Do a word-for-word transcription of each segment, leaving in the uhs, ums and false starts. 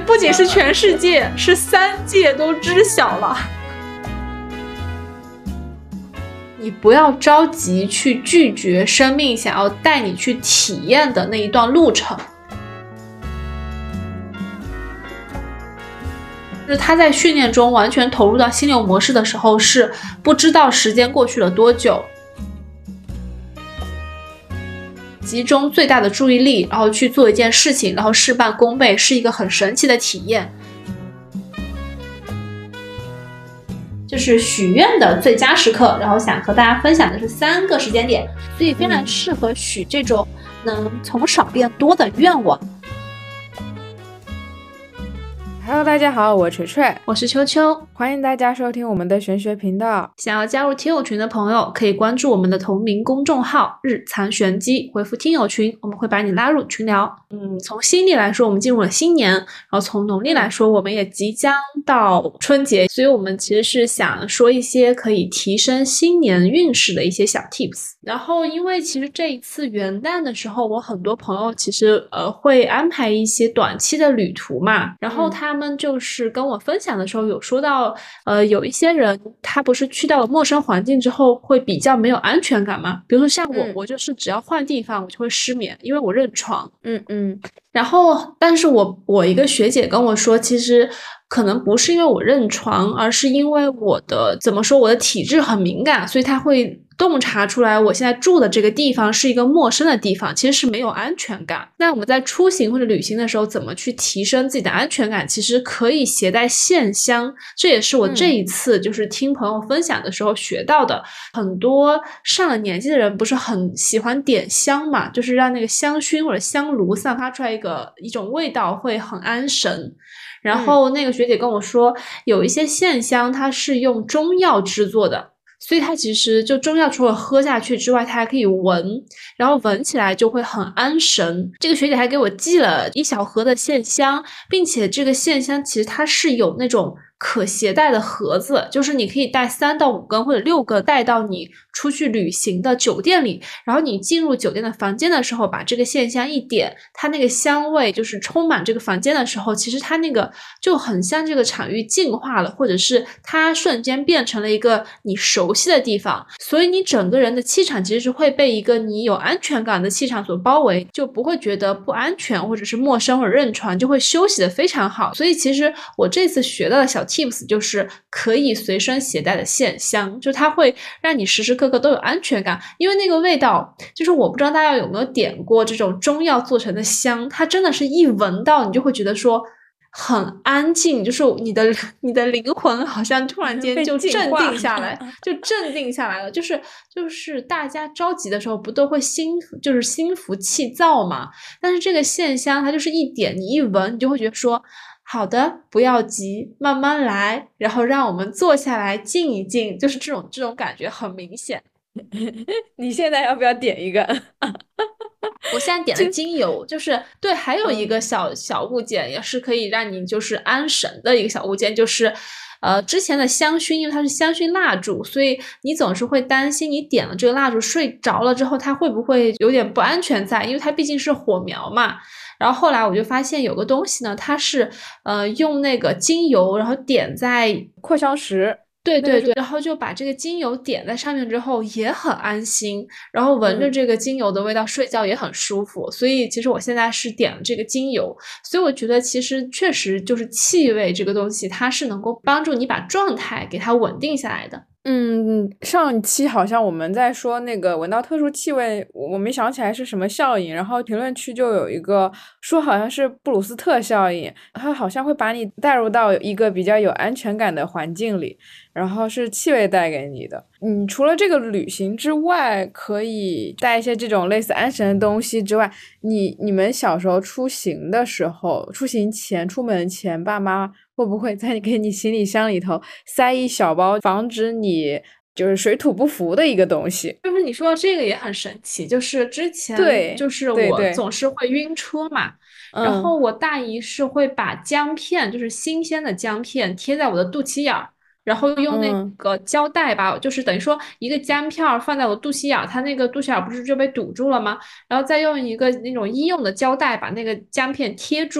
不仅是全世界，是三界都知晓了。你不要着急去拒绝生命想要带你去体验的那一段路程。就是他在训练中完全投入到心流模式的时候，是不知道时间过去了多久，集中最大的注意力，然后去做一件事情，然后事半功倍，是一个很神奇的体验。就是许愿的最佳时刻，然后想和大家分享的是三个时间点，所以非常适合许这种能从少变多的愿望。 Hello， 大家好，我锤锤， 我是秋秋， 欢迎大家收听我们的玄学频道。 想要加入听友群的朋友，可以关注我们的同名公众号日藏玄机，回复听友群，我们会把你拉入群聊。嗯，从新历来说，我们进入了新年，然后从农历来说，我们也即将到春节，所以我们其实是想说一些可以提升新年运势的一些小 tips。然后，因为其实这一次元旦的时候，我很多朋友其实呃会安排一些短期的旅途嘛，然后他们就是跟我分享的时候有说到，呃，有一些人他不是去到了陌生环境之后会比较没有安全感嘛，比如说像我，嗯、我就是只要换地方我就会失眠，因为我认床。 嗯嗯。 然后，但是我我一个学姐跟我说，其实可能不是因为我认床，而是因为我的怎么说，我的体质很敏感，所以他会洞察出来我现在住的这个地方是一个陌生的地方，其实是没有安全感。那我们在出行或者旅行的时候，怎么去提升自己的安全感？其实可以携带线香，这也是我这一次就是听朋友分享的时候学到的。嗯、很多上了年纪的人不是很喜欢点香嘛，就是让那个香薰或者香炉散发出来一个一种味道，会很安神。然后那个学姐跟我说，嗯、有一些线香它是用中药制作的。所以它其实就中药除了喝下去之外，它还可以闻，然后闻起来就会很安神。这个学姐还给我寄了一小盒的线香，并且这个线香其实它是有那种可携带的盒子，就是你可以带三到五根或者六个带到你出去旅行的酒店里，然后你进入酒店的房间的时候，把这个线香一点，它那个香味就是充满这个房间的时候，其实它那个就很像这个场域净化了，或者是它瞬间变成了一个你熟悉的地方，所以你整个人的气场其实是会被一个你有安全感的气场所包围，就不会觉得不安全或者是陌生或者认床，就会休息的非常好。所以其实我这次学到的小tips 就是可以随身携带的线香，就它会让你时时刻刻都有安全感，因为那个味道就是我不知道大家有没有点过这种中药做成的香，它真的是一闻到你就会觉得说很安静，就是你的你的灵魂好像突然间就镇定下来，就镇定下来了。就是就是大家着急的时候不都会心就是心浮气躁嘛？但是这个线香它就是一点，你一闻你就会觉得说好的，不要急，慢慢来，然后让我们坐下来静一静，就是这种这种感觉很明显。 你现在要不要点一个？ 我现在点了精油，就是对，还有一个小、嗯、小物件也是可以让你就是安神的一个小物件，就是呃之前的香薰，因为它是香薰蜡烛，所以你总是会担心你点了这个蜡烛睡着了之后它会不会有点不安全在，因为它毕竟是火苗嘛。然后后来我就发现有个东西呢，它是呃用那个精油，然后点在扩香石。 对对对，然后就把这个精油点在上面之后也很安心，然后闻着这个精油的味道、嗯、睡觉也很舒服，所以其实我现在是点了这个精油，所以我觉得其实确实就是气味这个东西它是能够帮助你把状态给它稳定下来的。 嗯，上期好像我们在说那个闻到特殊气味，我没想起来是什么效应，然后评论区就有一个说好像是布鲁斯特效应，它好像会把你带入到一个比较有安全感的环境里，然后是气味带给你的。嗯，除了这个旅行之外，可以带一些这种类似安神的东西之外，你你们小时候出行的时候，出行前出门前，爸妈会不会在给你行李箱里头塞一小包，防止你就是水土不服的一个东西？ 就是你说这个也很神奇，就是之前对， 就是我总是会晕车嘛， 对对然后我大姨是会把姜片，就是新鲜的姜片贴在我的肚脐眼儿。然后用那个胶带吧、嗯、就是等于说一个姜片放在我肚脐眼，它那个肚脐眼不是就被堵住了吗？然后再用一个那种医用的胶带把那个姜片贴住，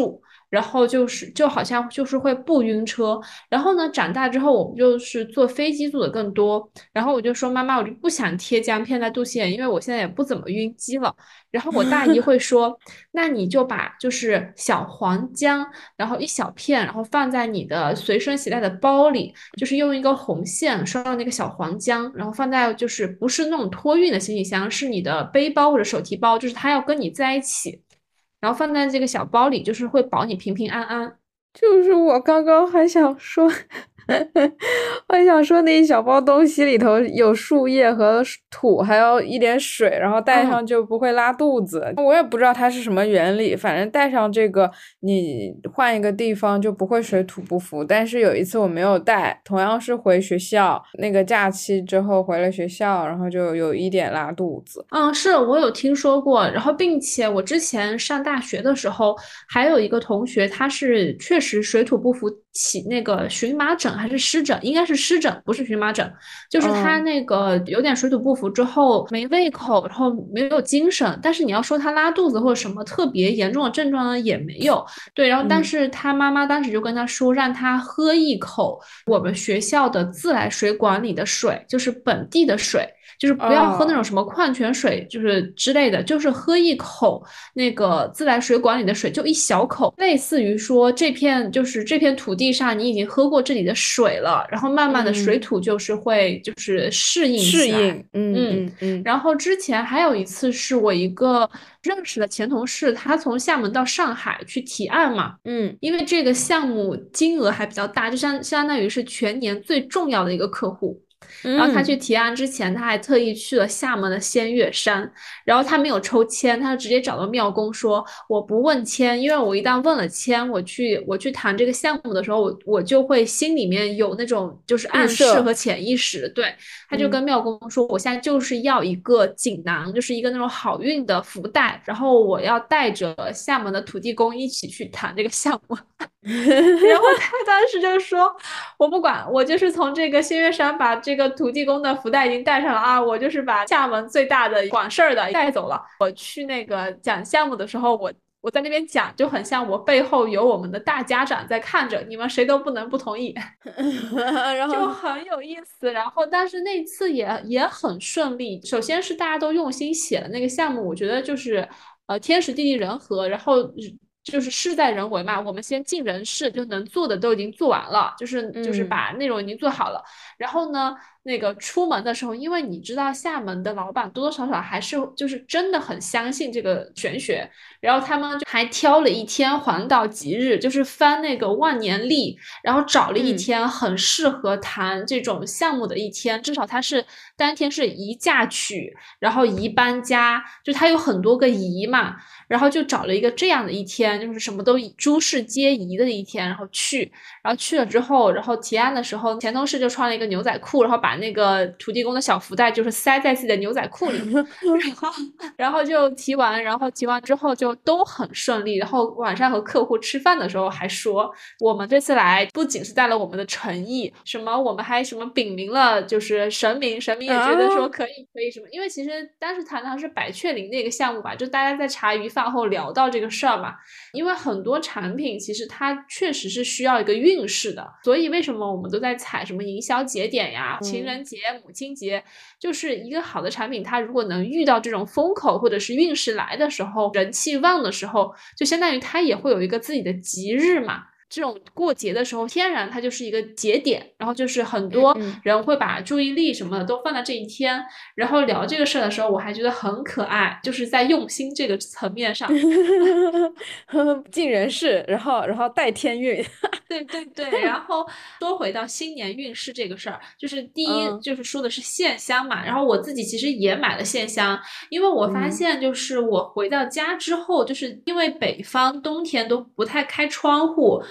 然后就是就好像就是会不晕车。然后呢，长大之后我们就是坐飞机坐的更多，然后我就说妈妈，我就不想贴姜片在肚脐眼，因为我现在也不怎么晕机了。然后我大姨会说，那你就把就是小黄姜，然后一小片，然后放在你的随身携带的包里，就是用一个红线拴到那个小黄姜，然后放在就是不是那种托运的行李箱，是你的背包或者手提包，就是它要跟你在一起，然后放在这个小包里，就是会保你平平安安。 就是我刚刚还想说，我还想说那一小包东西里头有树叶和土，还有一点水，然后带上就不会拉肚子。嗯、我也不知道它是什么原理，反正带上这个，你换一个地方就不会水土不服。但是有一次我没有带，同样是回学校，那个假期之后回了学校，然后就有一点拉肚子。 嗯，是我有听说过，然后并且我之前上大学的时候，还有一个同学，他是确实水土不服起那个荨麻疹还是湿疹，应该是湿疹，不是荨麻疹，就是他嗯那个有点水土不服之后没胃口，然后没有精神，但是你要说他拉肚子或者什么特别严重的症状呢，也没有。对，然后但嗯是他妈妈当时就跟他说，让他喝一口我们学校的自来水管里的水，就是本地的水。就是不要喝那种哦什么矿泉水，就是之类的，就是喝一口那个自来水管里的水，就一小口，类似于说这片就是这片土地上你已经喝过这里的水了，然后慢慢的水嗯， 土就是会就是适应起来。 适应，嗯嗯， 嗯嗯然后之前还有一次是我一个认识的前同事，他从厦门到上海去提案嘛。 嗯因为这个项目金额还比较大，就相相当于是全年最重要的一个客户。然后他去嗯。 提案之前，他还特意去了厦门的仙岳山，然后他没有抽签，他就直接找到庙公说我不问签，因为我一旦问了签，我去我去谈这个项目的时候，我我就会心里面有那种就是暗示预设， 和潜意识。对，他就嗯， 跟庙公说，我现在就是要一个锦囊，就是一个那种好运的福袋，然后我要带着厦门的土地公一起去谈这个项目。然后他当时就说：“我不管，我就是从这个新月山把这个土地公的福袋已经带上了啊，我就是把厦门最大的管事儿的带走了。我去那个讲项目的时候，我我在那边讲，就很像我背后有我们的大家长在看着，你们谁都不能不同意， 然后就很有意思。然后，但是那次也也很顺利。首先是大家都用心写了那个项目，我觉得就是呃天时地利人和，然后。”就是事在人为嘛，我们先尽人事，就能做的都已经做完了，就是就是嗯把内容已经做好了。然后呢，那个出门的时候，因为你知道厦门的老板多多少少还是就是真的很相信这个玄学，然后他们就还挑了一天黄道吉日，就是翻那个万年历，然后找了一嗯天很适合谈这种项目的一天，至少它是当天是宜嫁娶，然后宜搬家，就它有很多个宜嘛。然后就找了一个这样的一天，就是什么都诸事皆宜的一天，然后去，然后去了之后，然后提案的时候，前同事就穿了一个牛仔裤，然后把那个土地公的小福袋就是塞在自己的牛仔裤里，然后然后就提完，然后提完之后就都很顺利，然后晚上和客户吃饭的时候还说，我们这次来不仅是带了我们的诚意，什么我们还什么禀明了就是神明，神明也觉得说可以可以什么，因为其实当时谈的是百雀羚那个项目吧，就大家在茶余饭后聊到这个事儿嘛，因为很多产品其实它确实是需要一个运势的，所以为什么我们都在踩什么营销节点呀、情人节、母亲节，就是一个好的产品，它如果能遇到这种风口或者是运势来的时候，人气旺的时候，就相当于它也会有一个自己的吉日嘛。这种过节的时候，天然它就是一个节点，然后就是很多人会把注意力什么的都放在这一天，然后聊这个事儿的时候，我还觉得很可爱，就是在用心这个层面上。 尽人事，然后然后带天运。 对对对，然后说回到新年运势这个事儿，就是第一嗯就是说的是线香嘛，然后我自己其实也买了线香，因为我发嗯现就是我回到家之后，就是因为北方冬天都不太开窗户，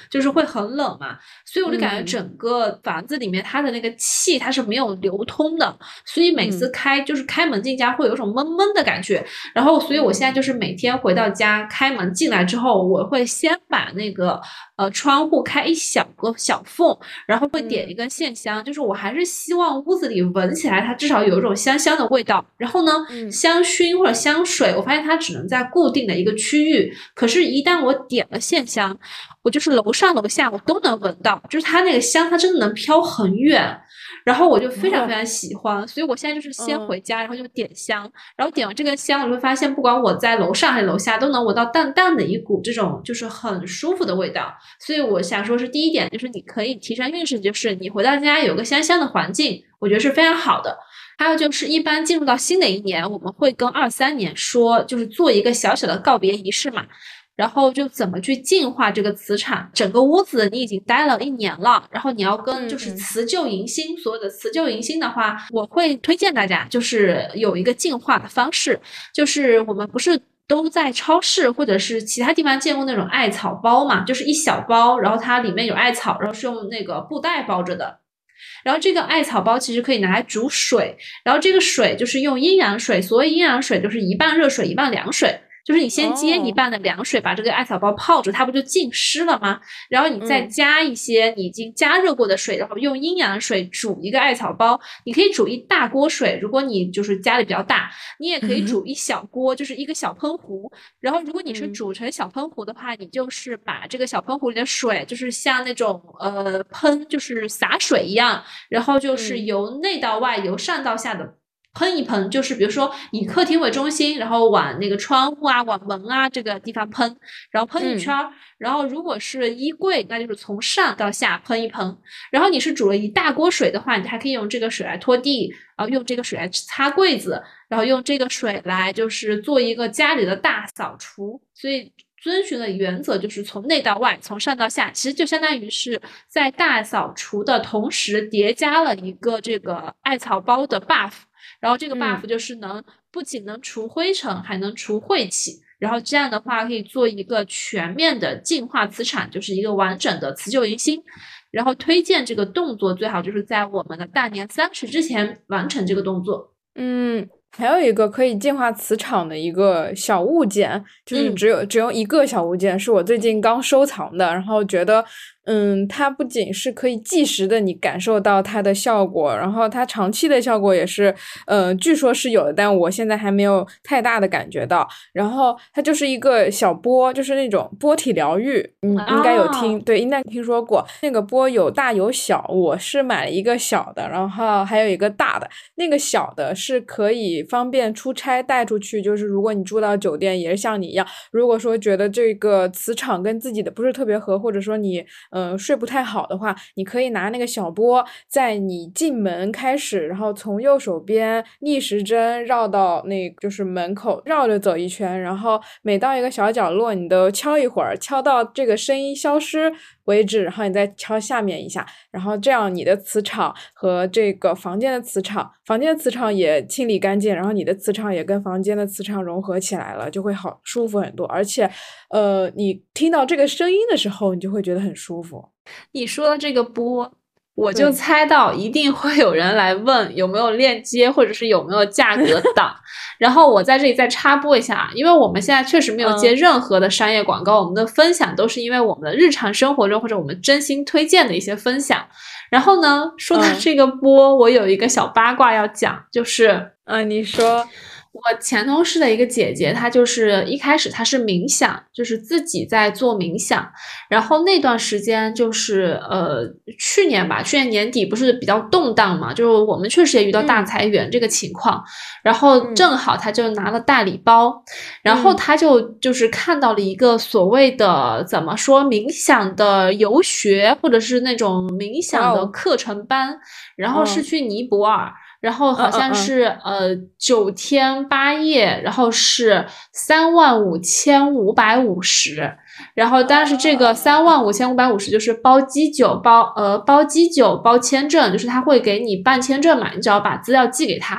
就是会很冷嘛，所以我就感觉整个房子里面它的那个气它是没有流通的，所以每次开、嗯、就是开门进家会有一种闷闷的感觉。然后所以我现在就是每天回到家开门进来之后，我会先把那个呃窗户开一小个小缝，然后会点一根线香、嗯、就是我还是希望屋子里闻起来它至少有一种香香的味道。然后呢、嗯、香薰或者香水我发现它只能在固定的一个区域，可是一旦我点了线香，我就是楼上楼下我都能闻到，就是它那个香它真的能飘很远，然后我就非常非常喜欢、哦、所以我现在就是先回家、嗯、然后就点香，然后点完这根香我就会发现不管我在楼上还是楼下都能闻到淡淡的一股这种就是很舒服的味道。所以我想说是第一点就是你可以提升运势，就是你回到家有个香香的环境，我觉得是非常好的。还有就是一般进入到新的一年我们会跟二三年说就是做一个小小的告别仪式嘛，然后就怎么去净化这个磁场。整个屋子你已经待了一年了，然后你要跟就是辞旧迎新、嗯、所有的辞旧迎新的话，我会推荐大家就是有一个净化的方式，就是我们不是都在超市或者是其他地方见过那种艾草包嘛，就是一小包，然后它里面有艾草，然后是用那个布袋包着的。然后这个艾草包其实可以拿来煮水，然后这个水就是用阴阳水，所谓阴阳水就是一半热水一半凉水，就是你先接一半的凉水、oh. 把这个艾草包泡着，它不就浸湿了吗？然后你再加一些你已经加热过的水、嗯、然后用阴阳水煮一个艾草包。你可以煮一大锅水，如果你就是家里比较大，你也可以煮一小锅、嗯、就是一个小喷壶。然后如果你是煮成小喷壶的话、嗯、你就是把这个小喷壶里的水就是像那种呃喷就是洒水一样，然后就是由内到外、嗯、由上到下的喷一喷，就是比如说以客厅为中心，然后往那个窗户啊往门啊这个地方喷，然后喷一圈、嗯、然后如果是衣柜那就是从上到下喷一喷。然后你是煮了一大锅水的话，你还可以用这个水来拖地，然后用这个水来擦柜子，然后用这个水来就是做一个家里的大扫除。所以遵循的原则就是从内到外，从上到下，其实就相当于是在大扫除的同时叠加了一个这个艾草包的 buff， 然后这个 buff 就是能、嗯、不仅能除灰尘还能除晦气，然后这样的话可以做一个全面的净化磁场，就是一个完整的辞旧迎新。然后推荐这个动作最好就是在我们的大年三十之前完成这个动作。 嗯，还有一个可以净化磁场的一个小物件，就是只有、嗯、只有一个小物件是我最近刚收藏的，然后觉得嗯，它不仅是可以即时的你感受到它的效果，然后它长期的效果也是呃，据说是有的，但我现在还没有太大的感觉到。然后它就是一个小钵，就是那种钵体疗愈，嗯，应该有听、哦、对，应该听说过。那个钵有大有小，我是买了一个小的，然后还有一个大的。那个小的是可以方便出差带出去，就是如果你住到酒店也是像你一样，如果说觉得这个磁场跟自己的不是特别合，或者说你嗯、呃、睡不太好的话，你可以拿那个小钵，在你进门开始，然后从右手边逆时针绕到那就是门口，绕着走一圈，然后每到一个小角落你都敲一会儿，敲到这个声音消失为止，然后你再敲下面一下，然后这样你的磁场和这个房间的磁场房间的磁场也清理干净，然后你的磁场也跟房间的磁场融合起来了，就会好舒服很多。而且呃，你听到这个声音的时候你就会觉得很舒服。 你说的这个钵我就猜到一定会有人来问有没有链接或者是有没有价格档然后我在这里再插播一下，因为我们现在确实没有接任何的商业广告、嗯、我们的分享都是因为我们的日常生活中或者我们真心推荐的一些分享。然后呢，说到这个钵、嗯、我有一个小八卦要讲，就是嗯，你说我前同事的一个姐姐，她就是一开始她是冥想，就是自己在做冥想，然后那段时间就是呃去年吧，去年年底不是比较动荡嘛，就是我们确实也遇到大裁员这个情况、嗯、然后正好她就拿了大礼包、嗯、然后她就就是看到了一个所谓的怎么说冥想的游学或者是那种冥想的课程班、哦、然后是去尼泊尔、哦，然后好像是、嗯嗯、呃九天八夜，然后是三万五千五百五十，然后但是这个三万五千五百五十就是包机酒包呃包机酒包签证，就是他会给你办签证嘛，你只要把资料寄给他。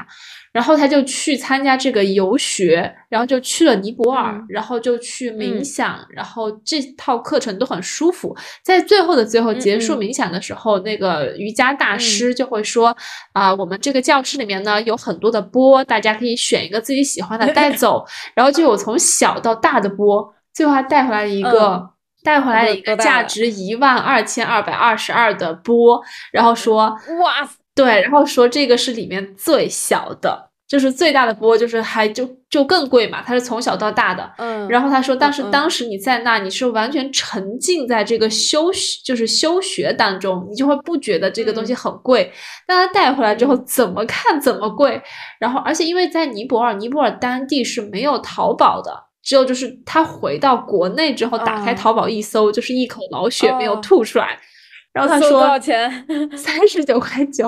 然后他就去参加这个游学，然后就去了尼泊尔， 嗯然后就去冥想，嗯、然后这套课程都很舒服。在最后的最后结束冥想的时候，嗯嗯那个瑜伽大师就会说啊、嗯呃，我们这个教室里面呢有很多的钵，大家可以选一个自己喜欢的带走。然后就有从小到大的钵，最后还带回来了一个。嗯带回来了一个价值一万二千二百二十二的钵，然后说哇， 对，然后说这个是里面最小的，就是最大的钵，就是还就就更贵嘛，它是从小到大的。 嗯， 然后他说，但是当时你在那，你是完全沉浸在这个修就是修学当中，你就会不觉得这个东西很贵。嗯、但他带回来之后，怎么看怎么贵。然后，而且因为在尼泊尔，尼泊尔当地是没有淘宝的。只有就是他回到国内之后，打开淘宝一搜，哦、就是一口老血没有吐出来。哦、然后他说多少钱？ 三十九块九。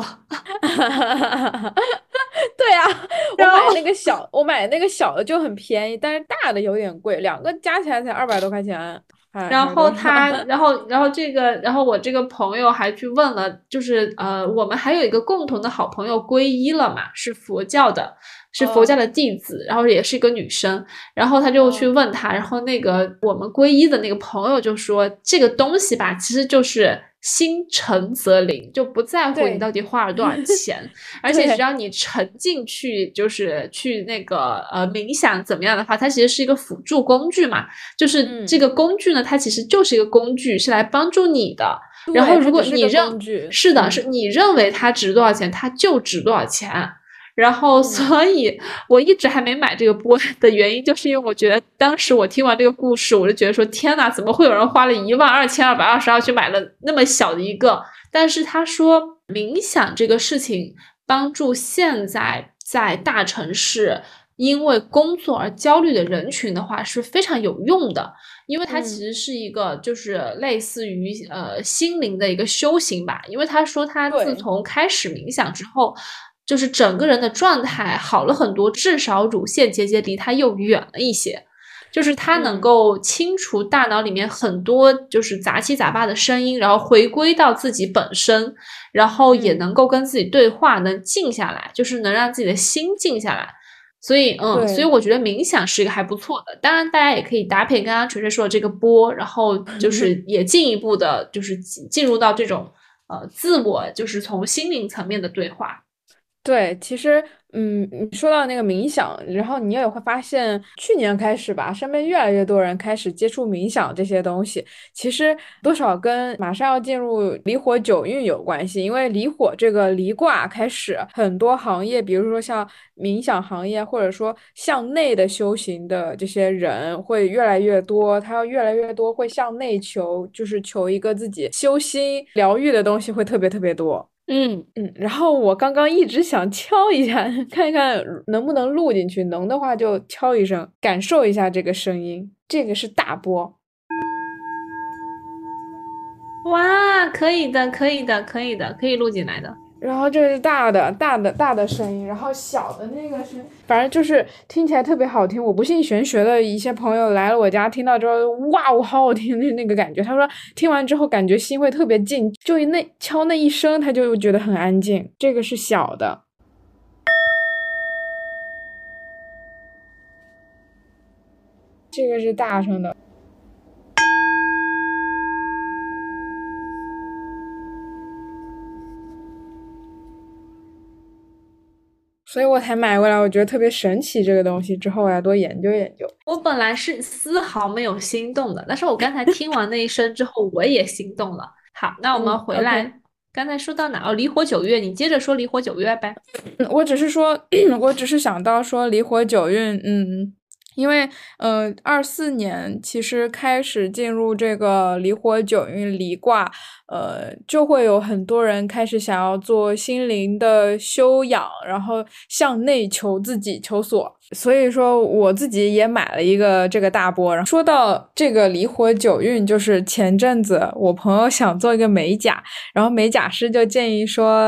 对啊，我买那个小，我买那个小的就很便宜，但是大的有点贵，两个加起来才二百多块钱。 然后他，然后，然后这个，然后我这个朋友还去问了，就是呃，我们还有一个共同的好朋友皈依了嘛，是佛教的，是佛教的弟子，哦、然后也是一个女生，然后他就去问他，哦、然后那个我们皈依的那个朋友就说，这个东西吧，其实就是心诚则灵，就不在乎你到底花了多少钱，而且只要你沉浸去，就是去那个呃冥想怎么样的话，它其实是一个辅助工具嘛，就是这个工具呢，嗯、它其实就是一个工具，是来帮助你的。然后如果你认是的，是你认为它值多少钱，它就值多少钱。然后，所以我一直还没买这个钵的原因，就是因为我觉得当时我听完这个故事，我就觉得说，天哪，怎么会有人花了一万二千二百二十二去买了那么小的一个？但是他说，冥想这个事情帮助现在在大城市因为工作而焦虑的人群的话是非常有用的，因为它其实是一个就是类似于、嗯、呃心灵的一个修行吧。因为他说他自从开始冥想之后。就是整个人的状态好了很多，至少乳腺结节离他又远了一些，就是他能够清除大脑里面很多就是杂七杂八的声音，然后回归到自己本身，然后也能够跟自己对话，能静下来，就是能让自己的心静下来。所以嗯，所以我觉得冥想是一个还不错的，当然大家也可以搭配刚刚锤锤说的这个钵，然后就是也进一步的就是进入到这种呃自我就是从心灵层面的对话。 对，其实，嗯，你说到那个冥想，然后你也会发现，去年开始吧，身边越来越多人开始接触冥想这些东西。其实多少跟马上要进入离火九运有关系，因为离火这个离卦开始，很多行业，比如说像冥想行业，或者说向内的修行的这些人会越来越多，他要越来越多会向内求，就是求一个自己修心疗愈的东西会特别特别多。 嗯嗯，然后我刚刚一直想敲一下，看一看能不能录进去，能的话就敲一声，感受一下这个声音。这个是大波， 哇，可以的，可以的，可以的，可以录进来的。 然后这是大的大的大的声音，然后小的那个是，反正就是听起来特别好听。我不信玄学的一些朋友来了我家，听到之后，哇，我好好听的那个感觉。他说听完之后感觉心会特别静，就那敲那一声，他就觉得很安静。这个是小的，这个是大声的。所以我才买过来，我觉得特别神奇这个东西，之后我要多研究研究。 我本来是丝毫没有心动的，但是我刚才听完那一声之后，我也心动了。好，那我们回来，嗯 okay. 刚才说到哪？哦，离火九月，你接着说离火九月呗。 嗯，我只是说，我只是想到说离火九运，嗯。因为，呃，二四年其实开始进入这个离火九运离卦，呃，就会有很多人开始想要做心灵的修养，然后向内求自己求索。所以说，我自己也买了一个这个大波。然后说到这个离火九运，就是前阵子我朋友想做一个美甲，然后美甲师就建议说，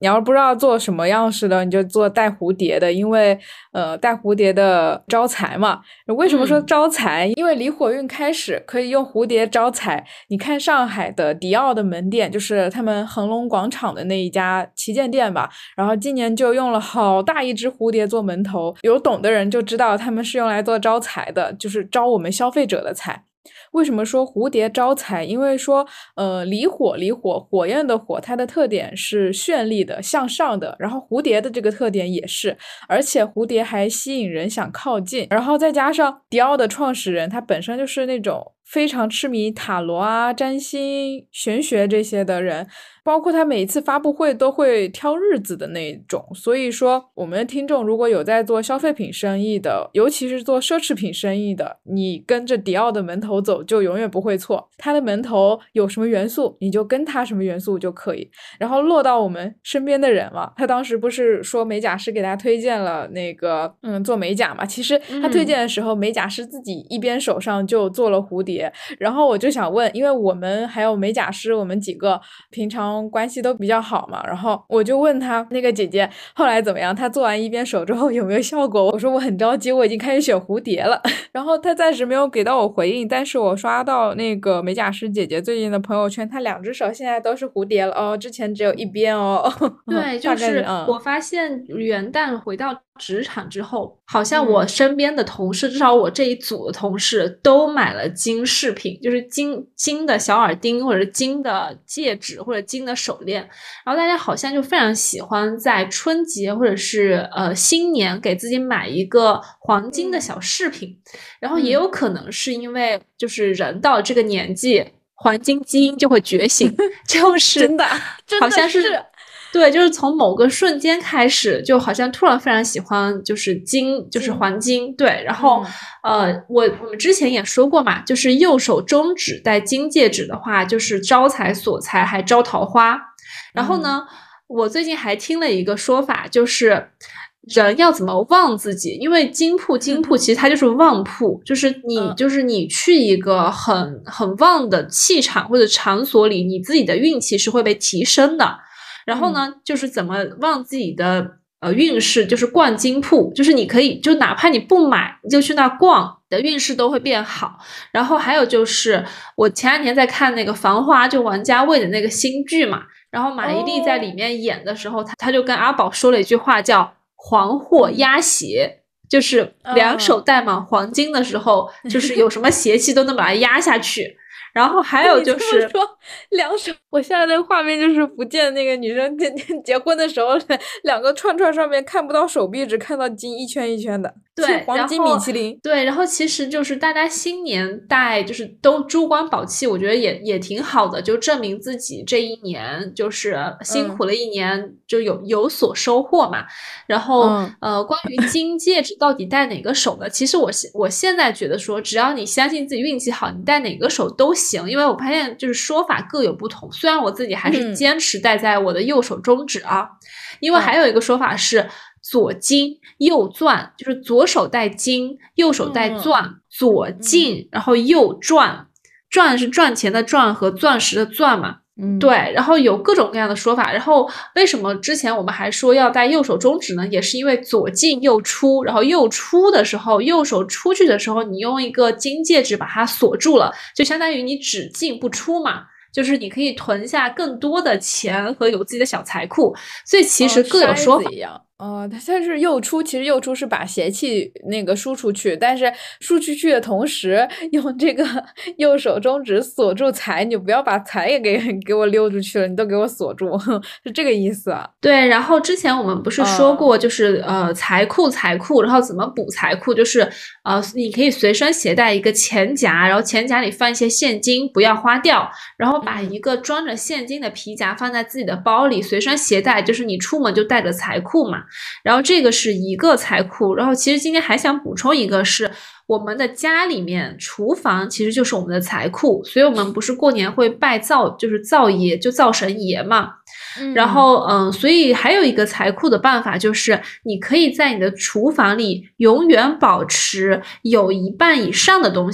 你要不知道做什么样式的，你就做带蝴蝶的，因为呃带蝴蝶的招财嘛。为什么说招财？嗯、因为离火运开始可以用蝴蝶招财。你看上海的迪奥的门店，就是他们恒隆广场的那一家旗舰店吧，然后今年就用了好大一只蝴蝶做门头，有懂的人就知道他们是用来做招财的，就是招我们消费者的财。为什么说蝴蝶招财？因为说，呃，离火离火，火焰的火，它的特点是绚丽的、向上的，然后蝴蝶的这个特点也是，而且蝴蝶还吸引人想靠近，然后再加上迪奥的创始人，他本身就是那种非常痴迷塔罗啊、占星、玄学这些的人，包括他每一次发布会都会挑日子的那种。所以说我们的听众如果有在做消费品生意的，尤其是做奢侈品生意的，你跟着迪奥的门头走就永远不会错，他的门头有什么元素你就跟他什么元素就可以。然后落到我们身边的人嘛，他当时不是说美甲师给他推荐了那个嗯做美甲嘛，其实他推荐的时候、嗯、美甲师自己一边手上就做了蝴蝶。然后我就想问，因为我们还有美甲师，我们几个平常关系都比较好嘛，然后我就问他那个姐姐后来怎么样，她做完一边手之后有没有效果。我说我很着急，我已经开始选蝴蝶了。然后她暂时没有给到我回应，但是我刷到那个美甲师姐姐最近的朋友圈，她两只手现在都是蝴蝶了哦，之前只有一边哦。 对，就是我发现元旦回到职场之后，好像我身边的同事、嗯、至少我这一组的同事都买了金饰品，就是金金的小耳钉或者金的戒指或者金的手链，然后大家好像就非常喜欢在春节或者是呃新年给自己买一个黄金的小饰品、嗯、然后也有可能是因为就是人到这个年纪黄金基因就会觉醒就是真的好像是对，就是从某个瞬间开始，就好像突然非常喜欢，就是金，就是黄金。对，然后、嗯、呃，我我们之前也说过嘛，就是右手中指戴金戒指的话，就是招财锁财，还招桃花。然后呢，嗯、我最近还听了一个说法，就是人要怎么旺自己，因为金铺金铺其实它就是旺铺，就是你、嗯、就是你去一个很很旺的气场或者场所里，你自己的运气是会被提升的。然后呢、嗯、就是怎么旺自己的呃运势，就是逛金铺，就是你可以就哪怕你不买你就去那逛，你的运势都会变好。然后还有就是我前两天在看那个繁花，就王家卫的那个新剧嘛，然后马伊琍在里面演的时候、哦、他, 他就跟阿宝说了一句话叫黄祸压邪，就是两手戴满黄金的时候、哦、就是有什么邪气都能把它压下去。然后还有就是说两手，我现在那个画面就是福建那个女生结结婚的时候，两个串串上面看不到手臂，只看到金一圈一圈的。 对， 黄金米其林。 对，然后其实就是大家新年戴就是都珠光宝气，我觉得也也挺好的，就证明自己这一年就是辛苦了一年，嗯、就有有所收获嘛。然后、嗯、呃，关于金戒指到底戴哪个手的，其实我我现在觉得说，只要你相信自己运气好，你戴哪个手都行，因为我发现就是说法各有不同。虽然我自己还是坚持戴在我的右手中指啊，嗯、因为还有一个说法是。左金右钻，就是左手戴金，右手戴钻，嗯、左进然后右赚，赚是赚钱的赚和钻石的钻嘛，嗯，对，然后有各种各样的说法。然后为什么之前我们还说要戴右手中指呢？也是因为左进右出，然后右出的时候，右手出去的时候，你用一个金戒指把它锁住了，就相当于你只进不出嘛。就是你可以囤下更多的钱和有自己的小财库，所以其实各有说法。 哦，筛子一样。哦，它它是右出，其实右出是把邪气那个输出去，但是输出去的同时用这个右手中指锁住财，你就不要把财也给给我溜出去了，你都给我锁住，是这个意思啊。 对，然后之前我们不是说过，就是、哦、呃财库财库，然后怎么补财库，就是呃你可以随身携带一个钱夹，然后钱夹里放一些现金，不要花掉，然后把一个装着现金的皮夹放在自己的包里，随身携带，就是你出门就带着财库嘛。然后这个是一个财库，然后其实今天还想补充一个是我们的家里面厨房其实就是我们的财库，所以我们不是过年会拜灶，就是灶爷，就灶神爷嘛。嗯、然后嗯，所以还有一个财库的办法就是你可以在你的厨房里永远保持有一半以上的东西，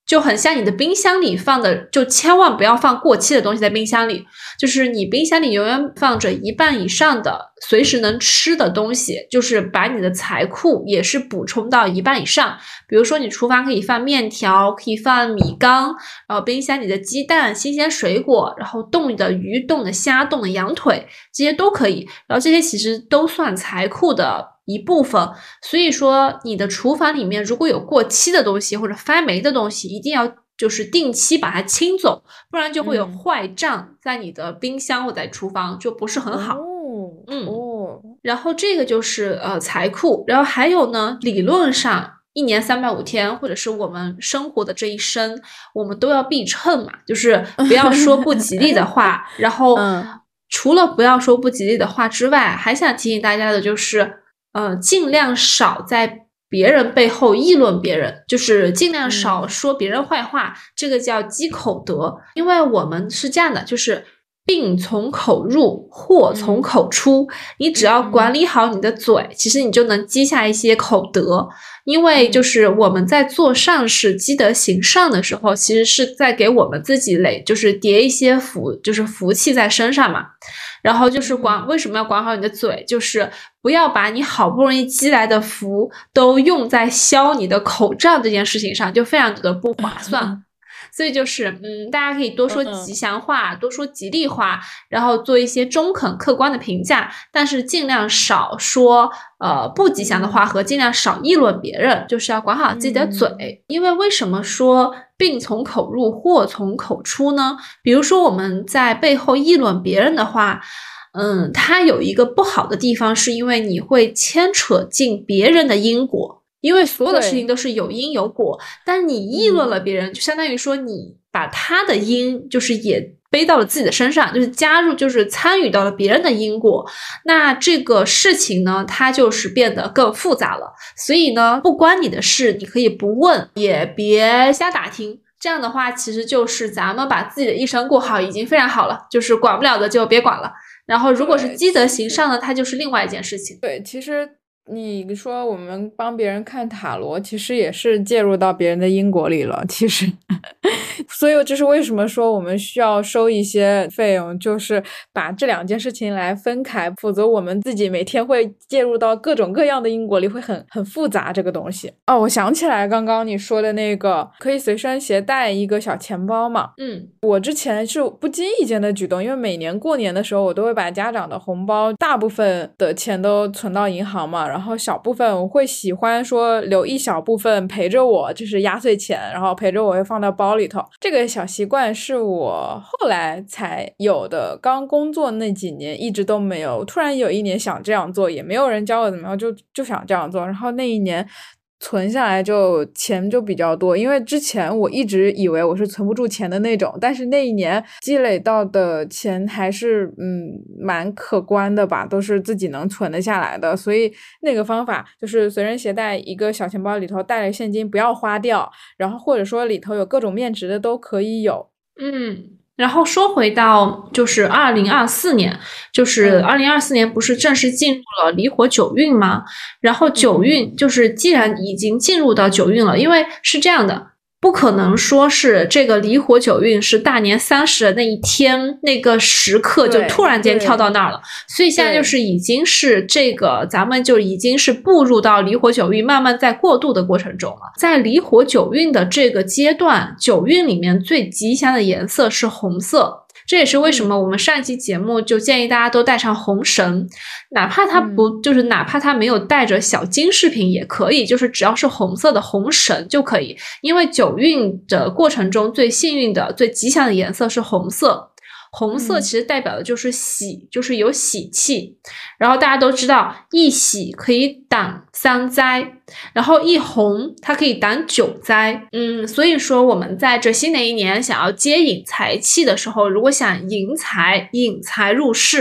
就很像你的冰箱里放的，就千万不要放过期的东西在冰箱里，就是你冰箱里永远放着一半以上的随时能吃的东西，就是把你的财库也是补充到一半以上。比如说你厨房可以放面条，可以放米缸，然后冰箱里的鸡蛋、新鲜水果，然后冻的鱼、冻的虾、冻的羊腿，这些都可以，然后这些其实都算财库的一部分。所以说你的厨房里面如果有过期的东西或者发霉的东西，一定要就是定期把它清走，不然就会有坏账在你的冰箱或在厨房，就不是很好。 哦， 嗯哦， 然后这个就是呃财库，然后还有呢，理论上一年三百五天，或者是我们生活的这一生，我们都要避秤嘛，就是不要说不吉利的话。然后、 嗯、 除了不要说不吉利的话之外，还想提醒大家的就是，呃，尽量少在别人背后议论别人，就是尽量少说别人坏话，嗯、这个叫积口德。因为我们是这样的，就是病从口入，祸从口出。嗯、你只要管理好你的嘴，嗯、其实你就能积下一些口德。因为就是我们在做善事、积德行善的时候，其实是在给我们自己累，就是叠一些福，就是福气在身上嘛。然后就是管为什么要管好你的嘴，就是不要把你好不容易积来的福都用在消你的口胀这件事情上，就非常的不划算。所以就是嗯，大家可以多说吉祥话，嗯、多说吉利话，然后做一些中肯客观的评价，但是尽量少说呃不吉祥的话，和尽量少议论别人，就是要管好自己的嘴。嗯、因为为什么说病从口入，祸从口出呢？比如说我们在背后议论别人的话，嗯，它有一个不好的地方，是因为你会牵扯进别人的因果。因为所有的事情都是有因有果，但你议论了别人，就相当于说你把他的因就是也背到了自己的身上，就是加入就是参与到了别人的因果，那这个事情呢它就是变得更复杂了。所以呢不关你的事你可以不问，也别瞎打听，这样的话其实就是咱们把自己的一生过好已经非常好了，就是管不了的就别管了。然后如果是积德行善呢，它就是另外一件事情。 对，其实你说我们帮别人看塔罗，其实也是介入到别人的因果里了，其实所以这是为什么说我们需要收一些费用，就是把这两件事情来分开，否则我们自己每天会介入到各种各样的因果里，会很很复杂这个东西。哦，我想起来刚刚你说的那个可以随身携带一个小钱包嘛， 嗯， 我之前是不经意间的举动，因为每年过年的时候我都会把家长的红包大部分的钱都存到银行嘛，然后小部分我会喜欢说留一小部分陪着我，就是压岁钱，然后陪着我会放到包里头。这个小习惯是我后来才有的，刚工作那几年一直都没有，突然有一年想这样做，也没有人教我怎么样，就就想这样做，然后那一年存下来就钱就比较多，因为之前我一直以为我是存不住钱的那种，但是那一年积累到的钱还是嗯蛮可观的吧，都是自己能存得下来的，所以那个方法就是随身携带一个小钱包，里头带着现金不要花掉，然后或者说里头有各种面值的都可以有。 嗯。然后说回到就是二零二四年，就是二零二四年不是正式进入了离火九运吗？然后九运就是既然已经进入到九运了，因为是这样的，不可能说是这个离火九运是大年三十的那一天那个时刻就突然间跳到那儿了，所以现在就是已经是这个咱们就已经是步入到离火九运慢慢在过渡的过程中了。在离火九运的这个阶段，九运里面最吉祥的颜色是红色，这也是为什么我们上一期节目就建议大家都带上红绳，哪怕它不、嗯、就是哪怕它没有带着小金饰品也可以，就是只要是红色的红绳就可以，因为九运的过程中最幸运的最吉祥的颜色是红色。红色其实代表的就是喜、嗯、就是有喜气，然后大家都知道一喜可以挡三灾，然后一红它可以挡九灾。嗯，所以说我们在这新的一年想要接引财气的时候，如果想迎财引财入室，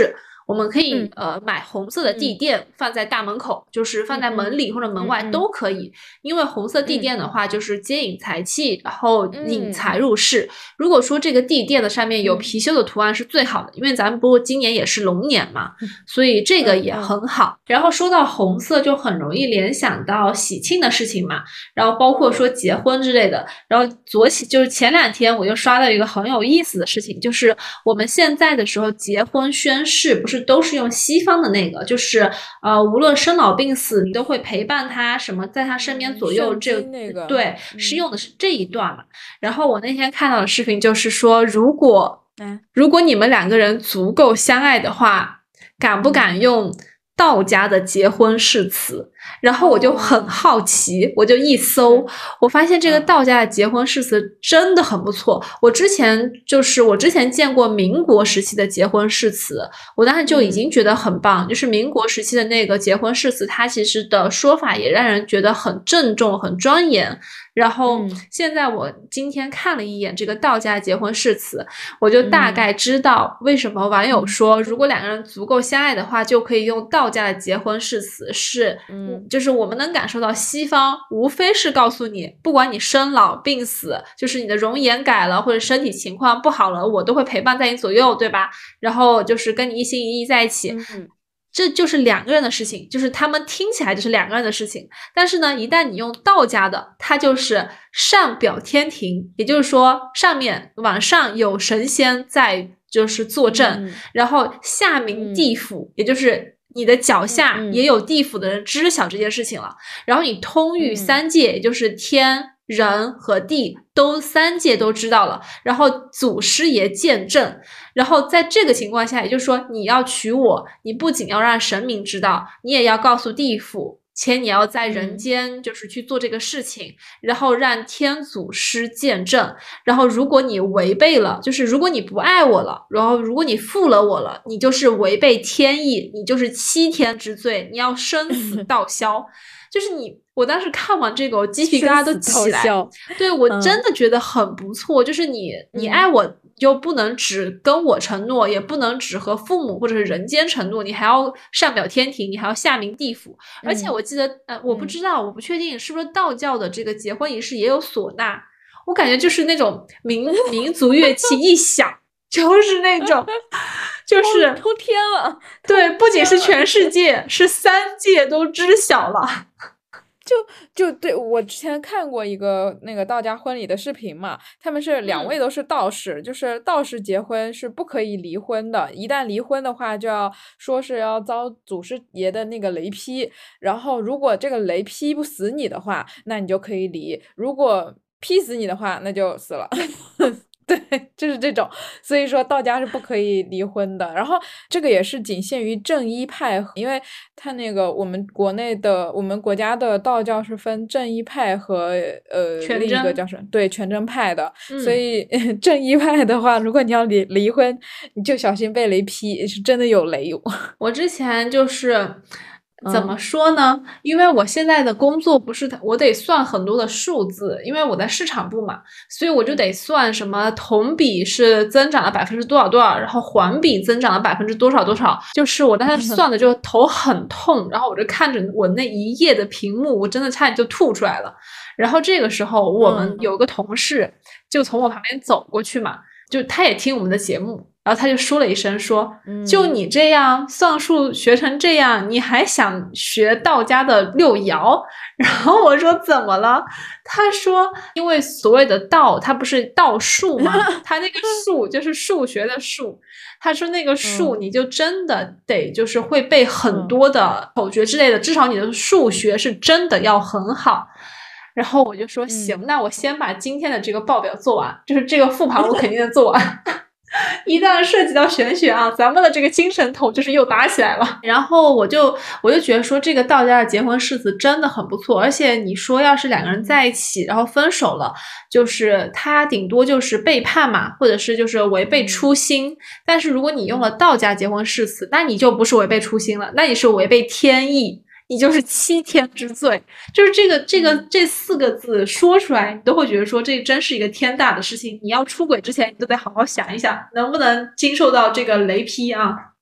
我们可以、 嗯、 呃买红色的地垫、嗯、放在大门口，就是放在门里或者门外都可以、嗯、因为红色地垫的话就是接引财气、嗯、然后引财入室、嗯、如果说这个地垫的上面有貔貅的图案是最好的、嗯、因为咱们不过今年也是龙年嘛、嗯、所以这个也很好、嗯嗯、然后说到红色就很容易联想到喜庆的事情嘛，然后包括说结婚之类的，然后昨起就是前两天我就刷到一个很有意思的事情，就是我们现在的时候结婚宣誓不是都是用西方的那个，就是呃无论生老病死你都会陪伴他什么在他身边左右、嗯、这那个对、嗯、是用的是这一段嘛。然后我那天看到的视频就是说，如果、嗯、如果你们两个人足够相爱的话，敢不敢用道家的结婚誓词？然后我就很好奇、哦、我就一搜、嗯、我发现这个道家的结婚誓词真的很不错、嗯、我之前就是我之前见过民国时期的结婚誓词，我当时就已经觉得很棒、嗯、就是民国时期的那个结婚誓词它其实的说法也让人觉得很郑重很庄严。然后现在我今天看了一眼这个道家结婚誓词，我就大概知道为什么网友说、嗯、如果两个人足够相爱的话就可以用道家的结婚誓词，是嗯，就是我们能感受到西方无非是告诉你不管你生老病死，就是你的容颜改了或者身体情况不好了，我都会陪伴在你左右，对吧？然后就是跟你一心一意在一起、嗯、这就是两个人的事情，就是他们听起来就是两个人的事情，但是呢一旦你用道家的，它就是上表天庭，也就是说上面往上有神仙在就是坐镇、嗯、然后下明地府、嗯、也就是你的脚下也有地府的人知晓这件事情了、嗯、然后你通御三界、嗯、也就是天人和地都三界都知道了，然后祖师爷见证，然后在这个情况下也就是说你要娶我，你不仅要让神明知道，你也要告诉地府，且你要在人间就是去做这个事情、嗯、然后让天祖师见证，然后如果你违背了，就是如果你不爱我了，然后如果你负了我了，你就是违背天意，你就是七天之罪，你要生死道消就是你我当时看完这个我鸡皮疙瘩都起来，对，我真的觉得很不错、嗯、就是你你爱我就不能只跟我承诺、嗯、也不能只和父母或者是人间承诺，你还要上表天庭，你还要下明地府、嗯、而且我记得呃，我不知道、嗯、我不确定是不是道教的这个结婚仪式也有唢呐，我感觉就是那种民民族乐器一响就是那种就是通天了， 对，不仅是全世界是三界都知晓了就就对，我之前看过一个那个道家婚礼的视频嘛，他们是两位都是道士、嗯、就是道士结婚是不可以离婚的，一旦离婚的话就要说是要遭祖师爷的那个雷劈，然后如果这个雷劈不死你的话那你就可以离，如果劈死你的话那就死了对，就是这种，所以说道家是不可以离婚的。然后这个也是仅限于正一派，因为他那个我们国内的我们国家的道教是分正一派和呃另一个叫什么？对，全真派的。嗯、所以正一派的话，如果你要离离婚，你就小心被雷劈，是真的有雷。 我之前就是。怎么说呢、嗯、因为我现在的工作不是我得算很多的数字，因为我在市场部嘛，所以我就得算什么同比是增长了百分之多少多少，然后环比增长了百分之多少多少，就是我当时算的就头很痛然后我就看着我那一页的屏幕，我真的差点就吐出来了。然后这个时候我们有个同事就从我旁边走过去嘛，就他也听我们的节目，然后他就说了一声说、嗯、就你这样算术学成这样你还想学道家的六爻？然后我说怎么了？他说因为所谓的道它不是道术吗？他那个术就是数学的数，他说那个数你就真的得就是会背很多的口诀之类的、嗯、至少你的数学是真的要很好。然后我就说行、嗯、那我先把今天的这个报表做完，就是这个复盘我肯定能做完一旦涉及到玄学啊，咱们的这个精神头就是又打起来了。然后我就我就觉得说这个道家的结婚誓词真的很不错，而且你说要是两个人在一起然后分手了，就是他顶多就是背叛嘛，或者是就是违背初心，但是如果你用了道家结婚誓词，那你就不是违背初心了，那你是违背天意，你就是七天之罪。就是这个这个这四个字说出来你都会觉得说这真是一个天大的事情，你要出轨之前你都得好好想一想能不能经受到这个雷劈啊。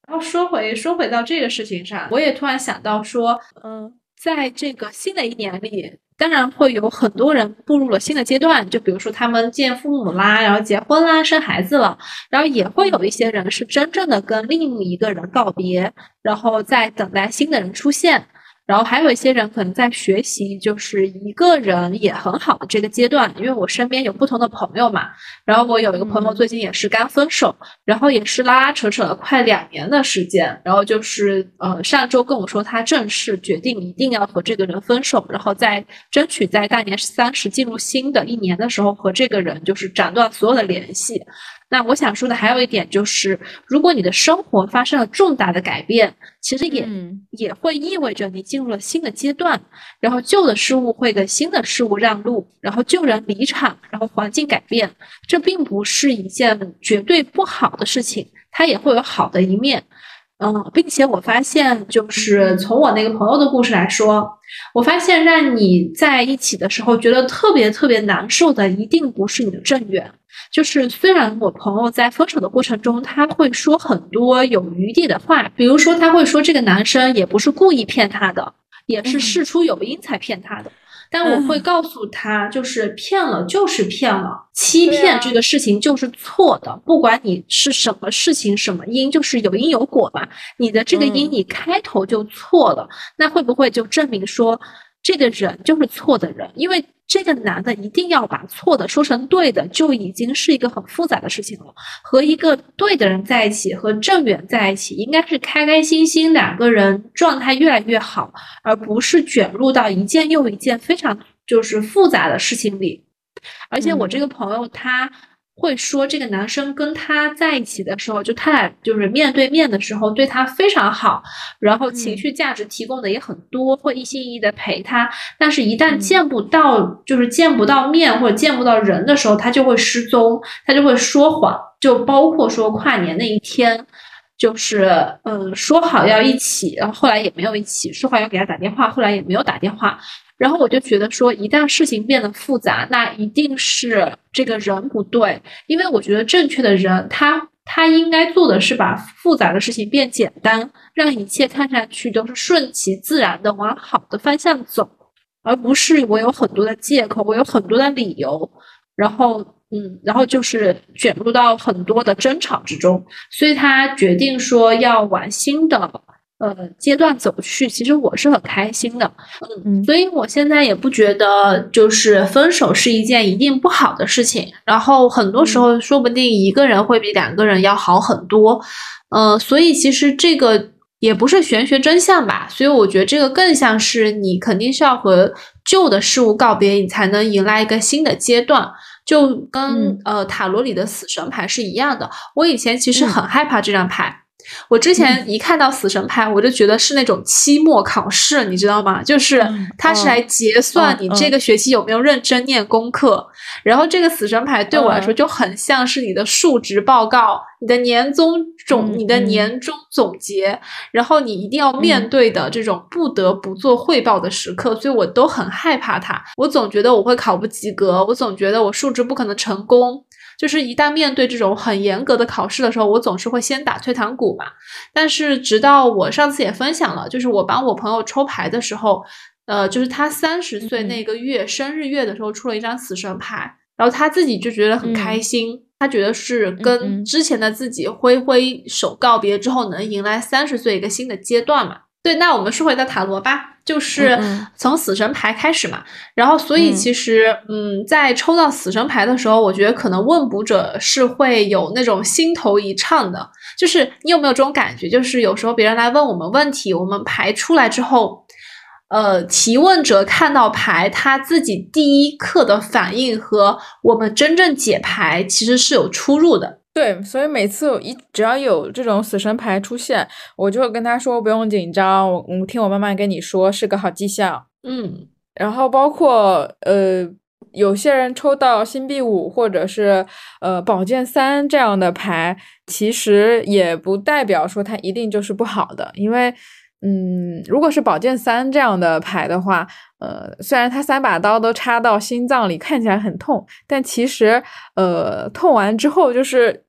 然后说回说回到这个事情上，我也突然想到说， 嗯， 在这个新的一年里，当然会有很多人步入了新的阶段，就比如说他们见父母啦，然后结婚啦，生孩子了，然后也会有一些人是真正的跟另一个人告别，然后在等待新的人出现。然后还有一些人可能在学习，就是一个人也很好的这个阶段，因为我身边有不同的朋友嘛。然后我有一个朋友最近也是刚分手，然后也是拉拉扯扯了快两年的时间，然后就是呃上周跟我说他正式决定一定要和这个人分手，然后在争取在大年三十进入新的一年的时候和这个人就是斩断所有的联系。那我想说的还有一点就是，如果你的生活发生了重大的改变，其实也、 嗯、 也会意味着你进入了新的阶段，然后旧的事物会给新的事物让路，然后旧人离场，然后环境改变，这并不是一件绝对不好的事情，它也会有好的一面。嗯，并且我发现，就是从我那个朋友的故事来说，我发现让你在一起的时候觉得特别特别难受的，一定不是你的正缘。就是虽然我朋友在分手的过程中，他会说很多有余地的话，比如说他会说这个男生也不是故意骗他的，也是事出有因才骗他的。但我会告诉他，就是骗了就是骗了，欺骗这个事情就是错的，不管你是什么事情什么因，就是有因有果嘛。你的这个因你开头就错了，那会不会就证明说这个人就是错的人？因为这个男的一定要把错的说成对的，就已经是一个很复杂的事情了。和一个对的人在一起，和正缘在一起，应该是开开心心，两个人状态越来越好，而不是卷入到一件又一件非常就是复杂的事情里。而且我这个朋友他会说，这个男生跟他在一起的时候，就他俩就是面对面的时候对他非常好，然后情绪价值提供的也很多，会一心一意的陪他。但是一旦见不到，就是见不到面或者见不到人的时候，他就会失踪，他就会说谎，就包括说跨年那一天。就是嗯，说好要一起，然后后来也没有一起，说好要给他打电话，后来也没有打电话。然后我就觉得说，一旦事情变得复杂，那一定是这个人不对，因为我觉得正确的人，他他应该做的是把复杂的事情变简单，让一切看上去都是顺其自然的往好的方向走，而不是我有很多的借口，我有很多的理由，然后嗯，然后就是卷入到很多的争吵之中，所以他决定说要往新的呃阶段走去。其实我是很开心的，嗯，所以我现在也不觉得就是分手是一件一定不好的事情。然后很多时候说不定一个人会比两个人要好很多，呃，所以其实这个也不是玄学真相吧。所以我觉得这个更像是你肯定是要和旧的事物告别，你才能迎来一个新的阶段。就跟、嗯、呃塔罗里的死神牌是一样的。我以前其实很害怕这张牌，嗯、我之前一看到死神牌，我就觉得是那种期末考试，你知道吗？就是它是来结算你这个学期有没有认真念功课。嗯、然后这个死神牌对我来说就很像是你的述职报告、你的年终总、你的年终总结，然后你一定要面对的这种不得不做汇报的时刻，所以我都很害怕它。我总觉得我会考不及格，我总觉得我述职不可能成功。就是一旦面对这种很严格的考试的时候，我总是会先打退堂鼓嘛。但是直到我上次也分享了，就是我帮我朋友抽牌的时候，呃，就是他三十岁那个月、嗯、生日月的时候出了一张死神牌，然后他自己就觉得很开心。嗯，他觉得是跟之前的自己挥挥手告别之后，能迎来三十岁一个新的阶段嘛。对，那我们说回到塔罗吧，就是从死神牌开始嘛。嗯、然后所以其实 嗯, 嗯，在抽到死神牌的时候，我觉得可能问卜者是会有那种心头一颤的。就是你有没有这种感觉，就是有时候别人来问我们问题，我们牌出来之后，呃，提问者看到牌，他自己第一刻的反应和我们真正解牌其实是有出入的。 对，所以每次一只要有这种死神牌出现，我就会跟他说不用紧张，我我听我慢慢跟你说，是个好迹象。 嗯， 然后包括呃，有些人抽到星币五或者是呃宝剑三这样的牌，其实也不代表说它一定就是不好的，因为嗯，如果是宝剑三这样的牌的话，呃，虽然它三把刀都插到心脏里，看起来很痛，但其实呃，痛完之后就是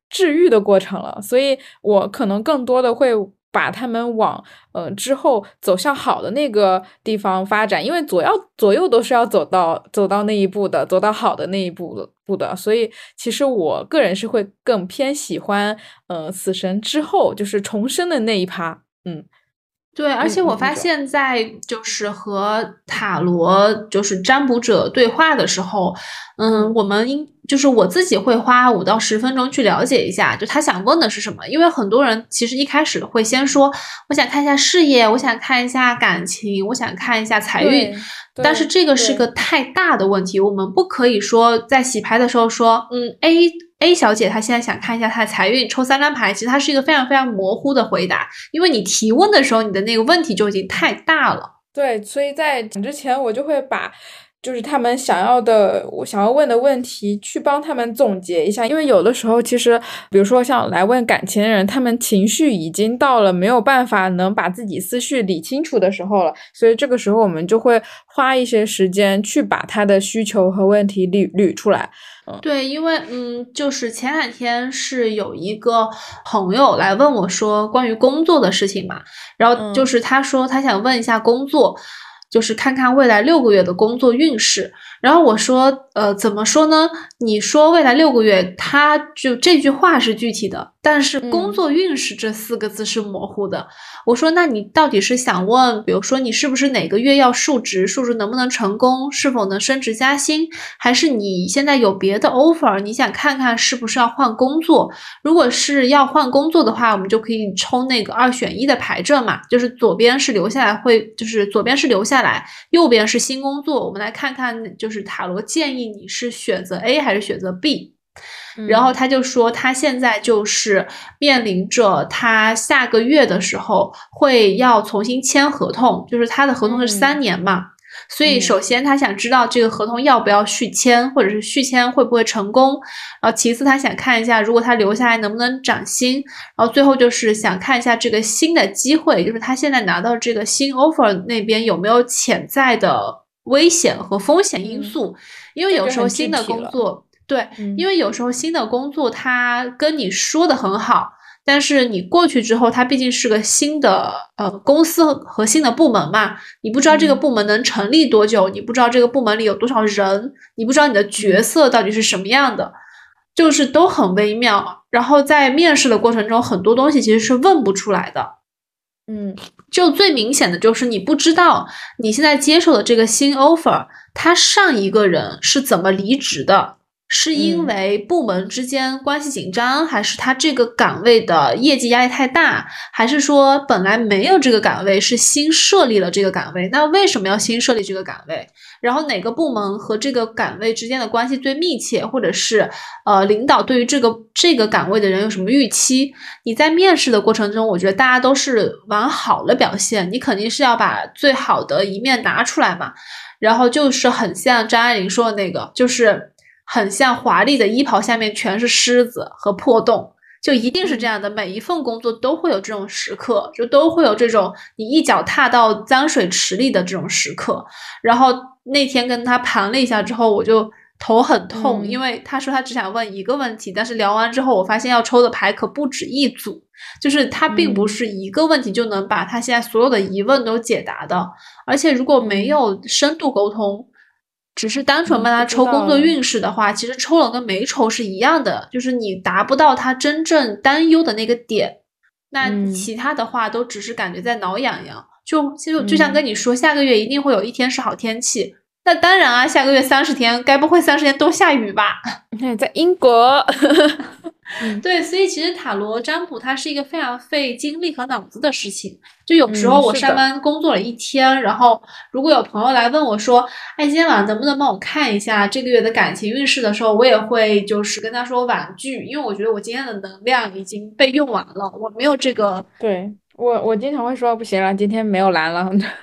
治愈的过程了，所以我可能更多的会把他们往呃之后走向好的那个地方发展，因为左要左右都是要走到走到那一步的，走到好的那一步的步的，所以其实我个人是会更偏喜欢呃死神之后就是重生的那一趴，嗯。 对，而且我发现在就是和塔罗就是占卜者对话的时候，嗯，我们应就是我自己会花五到十分钟去了解一下，就他想问的是什么。因为很多人其实一开始会先说，我想看一下事业，我想看一下感情，我想看一下财运，但是这个是个太大的问题，我们不可以说在洗牌的时候说，嗯 A A 小姐她现在想看一下她的财运，抽三张牌，其实它是一个非常非常模糊的回答，因为你提问的时候，你的那个问题就已经太大了。 对，所以在之前我就会把就是他们想要的我想要问的问题去帮他们总结一下，因为有的时候其实比如说像来问感情的人，他们情绪已经到了没有办法能把自己思绪理清楚的时候了，所以这个时候我们就会花一些时间去把他的需求和问题捋捋出来。 嗯、对，因为嗯，就是前两天是有一个朋友来问我说关于工作的事情嘛，然后就是他说他想问一下工作，嗯就是看看未来六个月的工作运势。然后我说呃，怎么说呢，你说未来六个月他就这句话是具体的，但是工作运势这四个字是模糊的、嗯、我说那你到底是想问比如说你是不是哪个月要述职，述职能不能成功，是否能升职加薪，还是你现在有别的 offer， 你想看看是不是要换工作。如果是要换工作的话，我们就可以抽那个二选一的牌阵嘛，就是左边是留下来会就是左边是留下来，右边是新工作，我们来看看就是塔罗建议你是选择 A 还是选择 B、嗯、然后他就说他现在就是面临着他下个月的时候会要重新签合同，就是他的合同是三年嘛、嗯，所以首先他想知道这个合同要不要续签，或者是续签会不会成功，然后其次他想看一下如果他留下来能不能涨薪，然后最后就是想看一下这个新的机会，就是他现在拿到这个新 offer 那边有没有潜在的危险和风险因素、嗯、因为有时候新的工作对、嗯、因为有时候新的工作他跟你说的很好，但是你过去之后它毕竟是个新的呃公司和新的部门嘛，你不知道这个部门能成立多久、嗯、你不知道这个部门里有多少人，你不知道你的角色到底是什么样的、嗯、就是都很微妙，然后在面试的过程中很多东西其实是问不出来的。 嗯， 就最明显的就是你不知道你现在接受的这个新 offer 他上一个人是怎么离职的，是因为部门之间关系紧张、嗯、还是他这个岗位的业绩压力太大，还是说本来没有这个岗位是新设立了这个岗位，那为什么要新设立这个岗位，然后哪个部门和这个岗位之间的关系最密切，或者是呃领导对于这个这个岗位的人有什么预期。你在面试的过程中我觉得大家都是往好了表现，你肯定是要把最好的一面拿出来嘛，然后就是很像张爱玲说的那个，就是很像华丽的衣袍下面全是虱子和破洞，就一定是这样的，每一份工作都会有这种时刻，就都会有这种你一脚踏到脏水池里的这种时刻。然后那天跟他盘了一下之后我就头很痛、嗯、因为他说他只想问一个问题，但是聊完之后我发现要抽的牌可不止一组，就是他并不是一个问题就能把他现在所有的疑问都解答的，而且如果没有深度沟通，只是单纯帮他抽工作运势的话、嗯、其实抽了跟没抽是一样的，就是你达不到他真正担忧的那个点，那其他的话都只是感觉在挠痒痒。就就就像跟你说、嗯、下个月一定会有一天是好天气，那当然啊，下个月三十天该不会三十天都下雨吧？ 在英国对，所以其实塔罗占卜它是一个非常费精力和脑子的事情。就有时候我上班工作了一天、嗯、然后如果有朋友来问我说哎，今天晚上能不能帮我看一下这个月的感情运势的时候，我也会就是跟他说婉拒，因为我觉得我今天的能量已经被用完了，我没有这个。 对，我我经常会说不行了，今天没有蓝了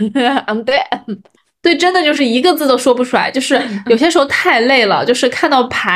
I'm dead。 对，真的就是一个字都说不出来，就是有些时候太累了，就是看到牌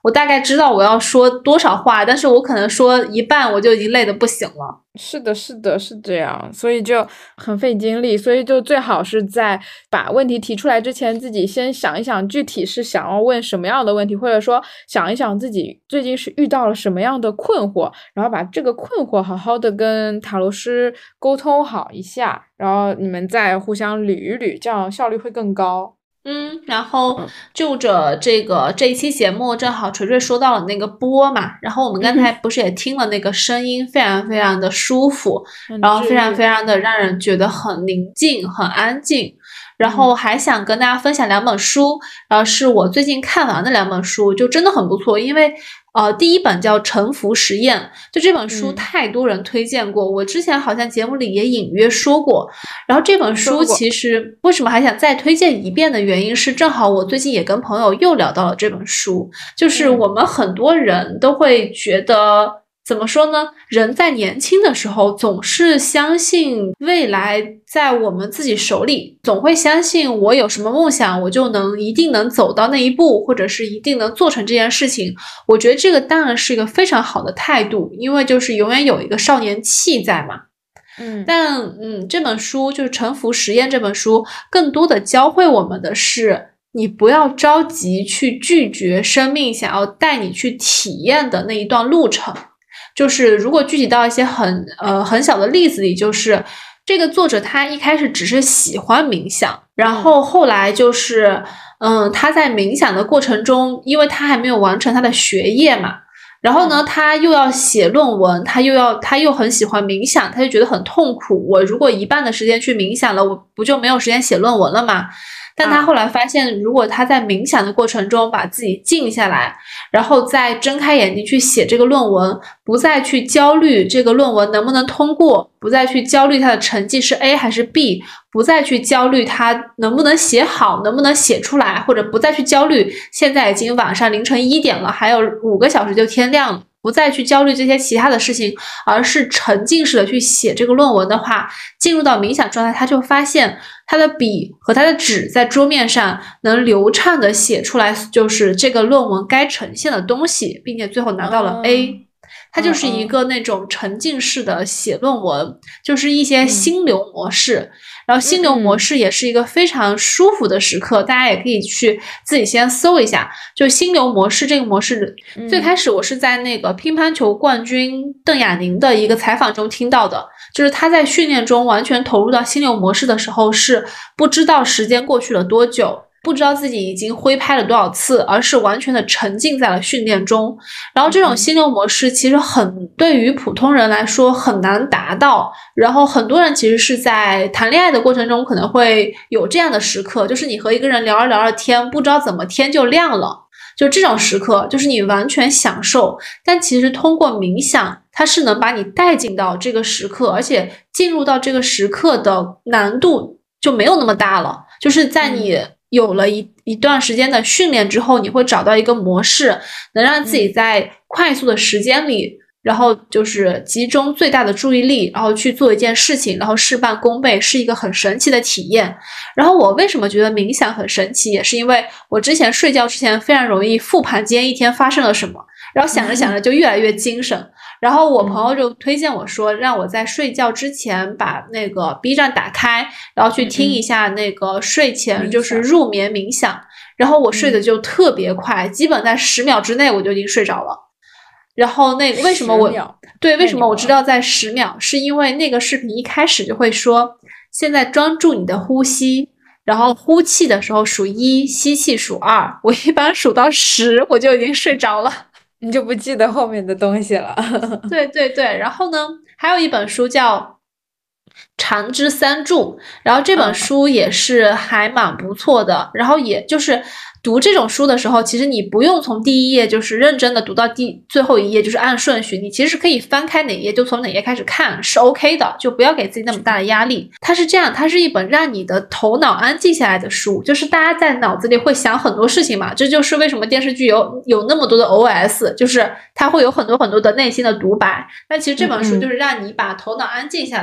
我大概知道我要说多少话，但是我可能说一半我就已经累得不行了。 是的，是的，是这样，所以就很费精力，所以就最好是在把问题提出来之前，自己先想一想具体是想要问什么样的问题，或者说想一想自己最近是遇到了什么样的困惑，然后把这个困惑好好的跟塔罗师沟通好一下，然后你们再互相捋一捋，这样效率会更高。 嗯，然后就着这个这一期节目，正好锤锤说到了那个波嘛，然后我们刚才不是也听了那个声音，非常非常的舒服，然后非常非常的让人觉得很宁静、很安静。然后还想跟大家分享两本书，然后是我最近看完的两本书，就真的很不错。因为呃，第一本叫《沉浮实验》，就这本书太多人推荐过，嗯、我之前好像节目里也隐约说过。然后这本书其实为什么还想再推荐一遍的原因是，正好我最近也跟朋友又聊到了这本书，就是我们很多人都会觉得。怎么说呢？人在年轻的时候总是相信未来在我们自己手里，总会相信我有什么梦想，我就能一定能走到那一步，或者是一定能做成这件事情。我觉得这个当然是一个非常好的态度，因为就是永远有一个少年气在嘛。 嗯， 但嗯，这本书就是《沉浮实验》这本书，更多的教会我们的是，你不要着急去拒绝生命想要带你去体验的那一段路程。就是如果具体到一些很呃很小的例子里，就是这个作者他一开始只是喜欢冥想，然后后来就是嗯他在冥想的过程中，因为他还没有完成他的学业嘛，然后呢他又要写论文，他又要他又很喜欢冥想，他就觉得很痛苦，我如果一半的时间去冥想了，我不就没有时间写论文了吗？但他后来发现，如果他在冥想的过程中把自己静下来，然后再睁开眼睛去写这个论文，不再去焦虑这个论文能不能通过，不再去焦虑他的成绩是 A 还是 B， 不再去焦虑他能不能写好，能不能写出来，或者不再去焦虑现在已经晚上凌晨一点了，还有五个小时就天亮了，不再去焦虑这些其他的事情，而是沉浸式的去写这个论文的话，进入到冥想状态，他就发现他的笔和他的纸在桌面上能流畅的写出来，就是这个论文该呈现的东西，并且最后拿到了 A。它就是一个那种沉浸式的写论文，就是一些心流模式。然后心流模式也是一个非常舒服的时刻，大家也可以去自己先搜一下。就心流模式这个模式，最开始我是在那个乒乓球冠军邓亚宁的一个采访中听到的，就是他在训练中完全投入到心流模式的时候，是不知道时间过去了多久，不知道自己已经挥拍了多少次，而是完全的沉浸在了训练中。然后这种心流模式其实很对于普通人来说很难达到，然后很多人其实是在谈恋爱的过程中可能会有这样的时刻，就是你和一个人聊着聊着天，不知道怎么天就亮了，就这种时刻就是你完全享受。但其实通过冥想，它是能把你带进到这个时刻，而且进入到这个时刻的难度就没有那么大了，就是在你有了一一段时间的训练之后，你会找到一个模式，能让自己在快速的时间里，然后就是集中最大的注意力，然后去做一件事情，然后事半功倍，是一个很神奇的体验。然后我为什么觉得冥想很神奇，也是因为我之前睡觉之前非常容易复盘今天一天发生了什么，然后想着想着就越来越精神。然后我朋友就推荐我说，让我在睡觉之前把那个 B 站打开，然后去听一下那个睡前就是入眠冥想，然后我睡得就特别快，基本在十秒之内我就已经睡着了。然后那个为什么我对为什么我知道在十秒，是因为那个视频一开始就会说，现在专注你的呼吸，然后呼气的时候数一，吸气数二，我一般数到十我就已经睡着了。 你就不记得后面的东西了。 对对对，然后呢，还有一本书叫《禅之三柱》，然后这本书也是还蛮不错的。嗯、然后也就是读这种书的时候，其实你不用从第一页就是认真的读到第最后一页，就是按顺序，你其实是可以翻开哪页就从哪页开始看，是 OK 的，就不要给自己那么大的压力。它是这样，它是一本让你的头脑安静下来的书，就是大家在脑子里会想很多事情嘛，这就是为什么电视剧有有那么多的 O S， 就是它会有很多很多的内心的独白。但其实这本书就是让你把头脑安静下来。嗯嗯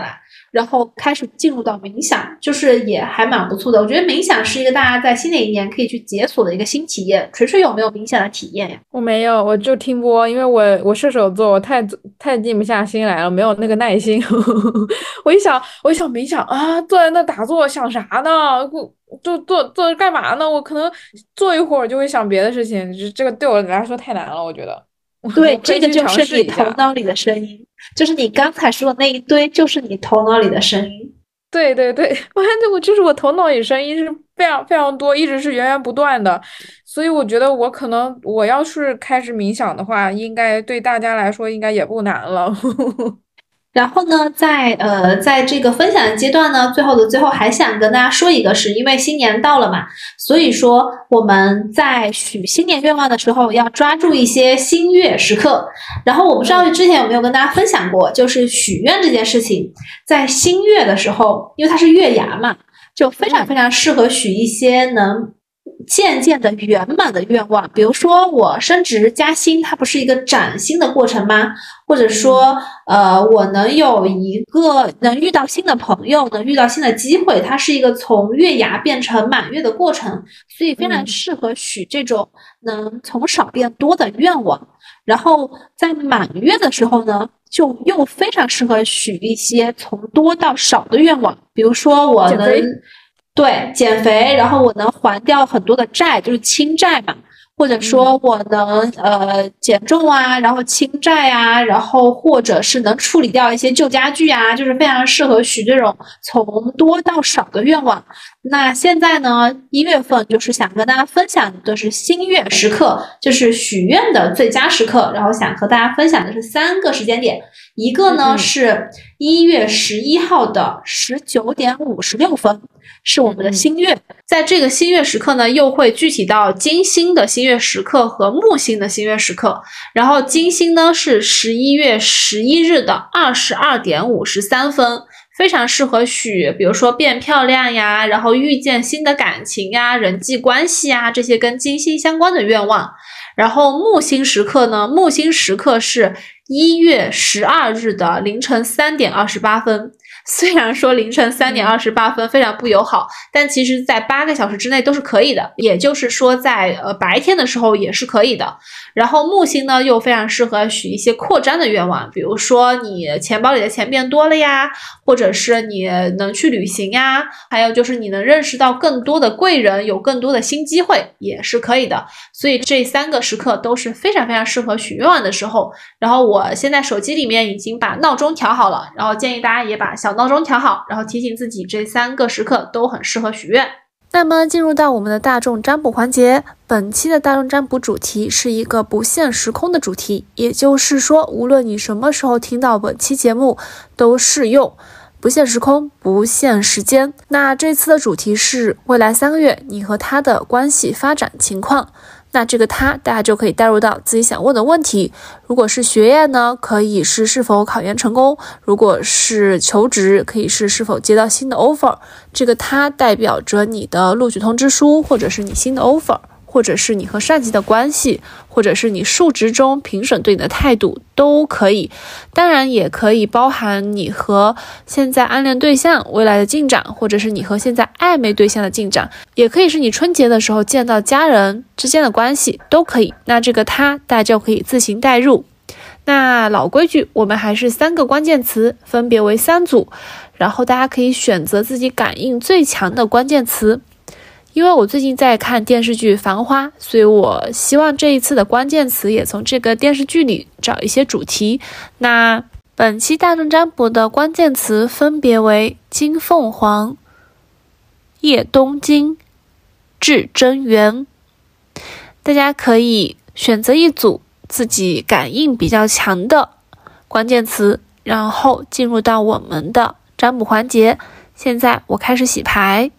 然后开始进入到冥想，就是也还蛮不错的。我觉得冥想是一个大家在新的一年可以去解锁的一个新体验。锤锤有没有冥想的体验呀？ 我没有，我就听播，因为我我射手座，我太太静不下心来了，没有那个耐心。我一想，我一想冥想啊，坐在那打坐想啥呢？就坐坐着干嘛呢？我可能坐一会儿就会想别的事情，这这个对我来说太难了，我觉得。 对，这个就是你头脑里的声音，就是你刚才说的那一堆，就是你头脑里的声音。 对对对，我看这我就是我头脑里声音是非常非常多，一直是源源不断的，所以我觉得我可能我要是开始冥想的话，应该对大家来说应该也不难了。 然后呢，在呃，在这个分享的阶段呢，最后的最后还想跟大家说一个是，因为新年到了嘛，所以说我们在许新年愿望的时候要抓住一些新月时刻。然后我不知道之前有没有跟大家分享过，就是许愿这件事情，在新月的时候，因为它是月牙嘛，就非常非常适合许一些能渐渐的圆满的愿望，比如说我升职加薪，它不是一个崭新的过程吗？或者说，呃，我能有一个能遇到新的朋友，能遇到新的机会，它是一个从月牙变成满月的过程，所以非常适合许这种能从少变多的愿望。然后在满月的时候呢，就又非常适合许一些从多到少的愿望，比如说我能。对，减肥，然后我能还掉很多的债，就是清债嘛，或者说我能呃减重啊，然后清债啊，然后或者是能处理掉一些旧家具啊，就是非常适合许这种从多到少的愿望。那现在呢，一月份就是想跟大家分享的是新月时刻，就是许愿的最佳时刻，然后想和大家分享的是三个时间点，一个呢、嗯、是一月十一号的十九点五十六分。是我们的新月，在这个新月时刻呢，又会具体到金星的新月时刻和木星的新月时刻。然后金星呢是十一月十一日的二十二点五十三分，非常适合许，比如说变漂亮呀，然后遇见新的感情呀、人际关系啊，这些跟金星相关的愿望。然后木星时刻呢，木星时刻是一月十二日的凌晨三点二十八分。虽然说凌晨三点二十八分非常不友好，但其实在八个小时之内都是可以的，也就是说在呃白天的时候也是可以的。然后木星呢又非常适合许一些扩张的愿望，比如说你钱包里的钱变多了呀，或者是你能去旅行呀，还有就是你能认识到更多的贵人，有更多的新机会也是可以的。所以这三个时刻都是非常非常适合许愿望的时候。然后我现在手机里面已经把闹钟调好了，然后建议大家也把小闹钟调好，然后提醒自己这三个时刻都很适合许愿。那么进入到我们的大众占卜环节，本期的大众占卜主题是一个不限时空的主题，也就是说无论你什么时候听到本期节目都适用，不限时空，不限时间。那这次的主题是未来三个月你和他的关系发展情况。那这个他大家就可以带入到自己想问的问题，如果是学业呢，可以是是否考研成功，如果是求职，可以是是否接到新的 offer， 这个他代表着你的录取通知书，或者是你新的 offer， 或者是你和上级的关系，或者是你述职中评审对你的态度都可以。当然也可以包含你和现在暗恋对象未来的进展，或者是你和现在暧昧对象的进展，也可以是你春节的时候见到家人之间的关系都可以。那这个他大家就可以自行代入。那老规矩，我们还是三个关键词，分别为三组，然后大家可以选择自己感应最强的关键词。因为我最近在看电视剧《繁花》，所以我希望这一次的关键词也从这个电视剧里找一些主题。那本期大众占卜的关键词分别为金凤凰、叶东京、至真元。大家可以选择一组自己感应比较强的关键词，然后进入到我们的占卜环节。现在我开始洗牌。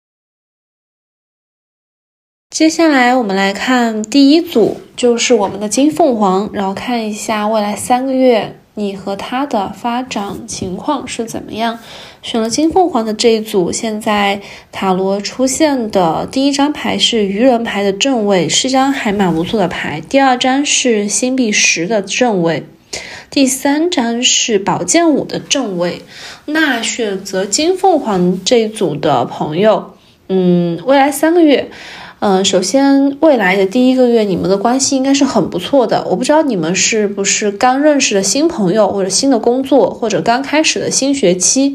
接下来我们来看第一组，就是我们的金凤凰，然后看一下未来三个月你和他的发展情况是怎么样。选了金凤凰的这一组，现在塔罗出现的第一张牌是愚人牌的正位，是一张还蛮不错的牌。第二张是星币十的正位。 第三张是宝剑五的正位。那选择金凤凰这一组的朋友，嗯，未来三个月，嗯、呃，首先未来的第一个月，你们的关系应该是很不错的。我不知道你们是不是刚认识的新朋友，或者新的工作，或者刚开始的新学期。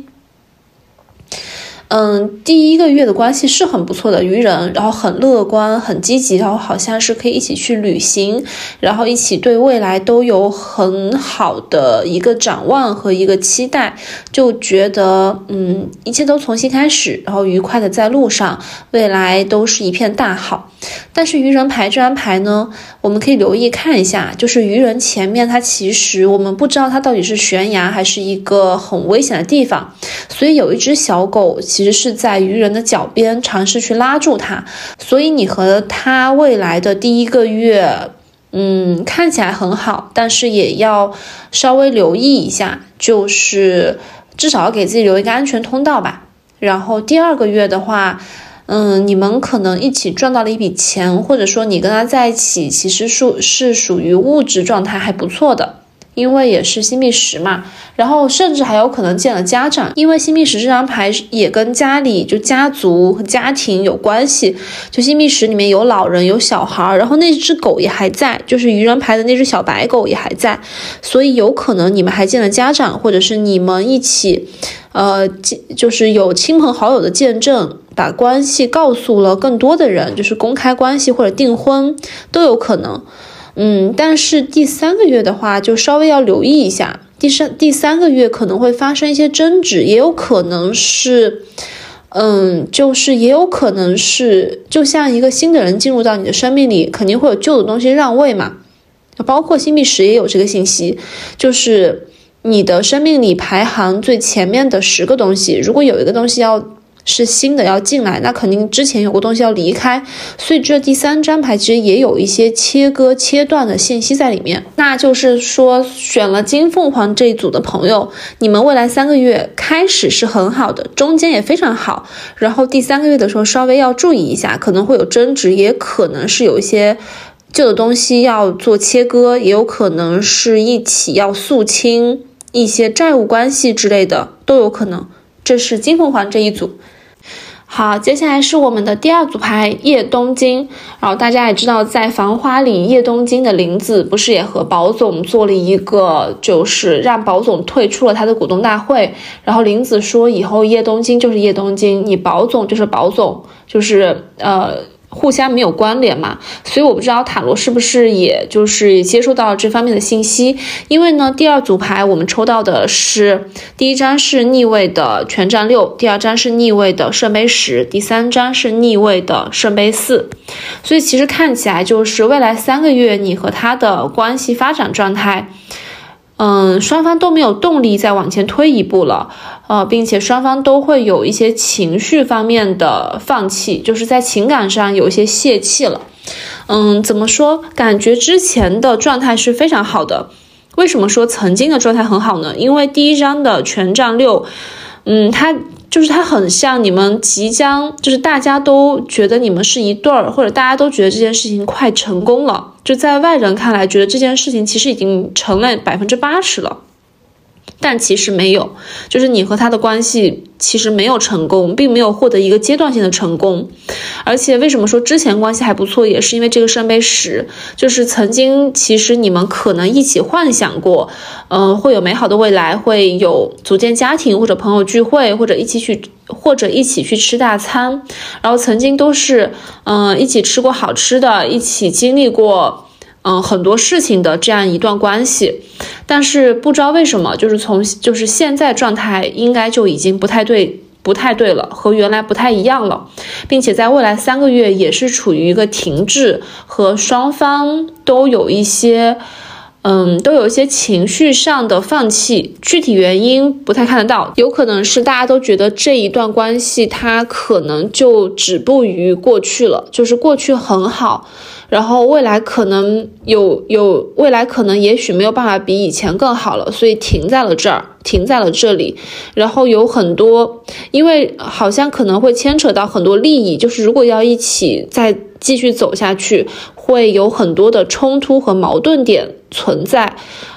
嗯，第一个月的关系是很不错的，愚人，然后很乐观，很积极，然后好像是可以一起去旅行，然后一起对未来都有很好的一个展望和一个期待，就觉得嗯，一切都重新开始，然后愉快的在路上，未来都是一片大好。但是愚人牌这张牌呢，我们可以留意看一下，就是愚人前面它其实我们不知道它到底是悬崖还是一个很危险的地方，所以有一只小狗其实是在愚人的脚边尝试去拉住它，所以你和它未来的第一个月嗯，看起来很好，但是也要稍微留意一下，就是至少要给自己留一个安全通道吧。然后第二个月的话，嗯，你们可能一起赚到了一笔钱，或者说你跟他在一起其实是是属于物质状态还不错的，因为也是星币十嘛，然后甚至还有可能见了家长，因为星币十这张牌也跟家里就家族和家庭有关系，就星币十里面有老人有小孩，然后那只狗也还在，就是愚人牌的那只小白狗也还在，所以有可能你们还见了家长，或者是你们一起呃，就是有亲朋好友的见证，把关系告诉了更多的人，就是公开关系或者订婚都有可能。嗯，但是第三个月的话就稍微要留意一下，第三第三个月可能会发生一些争执，也有可能是嗯，就是也有可能是就像一个新的人进入到你的生命里，肯定会有旧的东西让位嘛，包括星币十也有这个信息，就是你的生命里排行最前面的十个东西，如果有一个东西要是新的要进来，那肯定之前有个东西要离开，所以这第三张牌其实也有一些切割切断的信息在里面。那就是说选了金凤凰这一组的朋友，你们未来三个月开始是很好的，中间也非常好，然后第三个月的时候稍微要注意一下，可能会有争执，也可能是有一些旧的东西要做切割，也有可能是一起要肃清一些债务关系之类的都有可能。这是金凤凰这一组。好，接下来是我们的第二组牌叶东京，然后大家也知道在繁花里叶东京的林子不是也和宝总做了一个就是让宝总退出了他的股东大会，然后林子说以后叶东京就是叶东京，你宝总就是宝总，就是呃互相没有关联嘛，所以我不知道塔罗是不是也就是接收到这方面的信息。因为呢第二组牌我们抽到的是第一张是逆位的权杖六，第二张是逆位的圣杯十，第三张是逆位的圣杯四，所以其实看起来就是未来三个月你和他的关系发展状态嗯，双方都没有动力再往前推一步了，呃，并且双方都会有一些情绪方面的放弃，就是在情感上有一些泄气了。嗯，怎么说？感觉之前的状态是非常好的。为什么说曾经的状态很好呢？因为第一张的权杖六，嗯，它就是它很像你们即将，就是大家都觉得你们是一对儿，或者大家都觉得这件事情快成功了。就在外人看来，觉得这件事情其实已经成了百分之八十了，但其实没有，就是你和他的关系其实没有成功，并没有获得一个阶段性的成功。而且为什么说之前关系还不错，也是因为这个圣杯十，就是曾经其实你们可能一起幻想过，嗯、呃，会有美好的未来，会有组建家庭或者朋友聚会，或者一起去。或者一起去吃大餐，然后曾经都是嗯、呃、一起吃过好吃的，一起经历过嗯、呃、很多事情的这样一段关系。但是不知道为什么，就是从就是现在状态应该就已经不太对不太对了，和原来不太一样了，并且在未来三个月也是处于一个停滞，和双方都有一些嗯，都有一些情绪上的放弃，具体原因不太看得到，有可能是大家都觉得这一段关系它可能就止步于过去了，就是过去很好，然后未来可能有有未来可能也许没有办法比以前更好了，所以停在了这儿，停在了这里。然后有很多，因为好像可能会牵扯到很多利益，就是如果要一起再继续走下去，会有很多的冲突和矛盾点存在。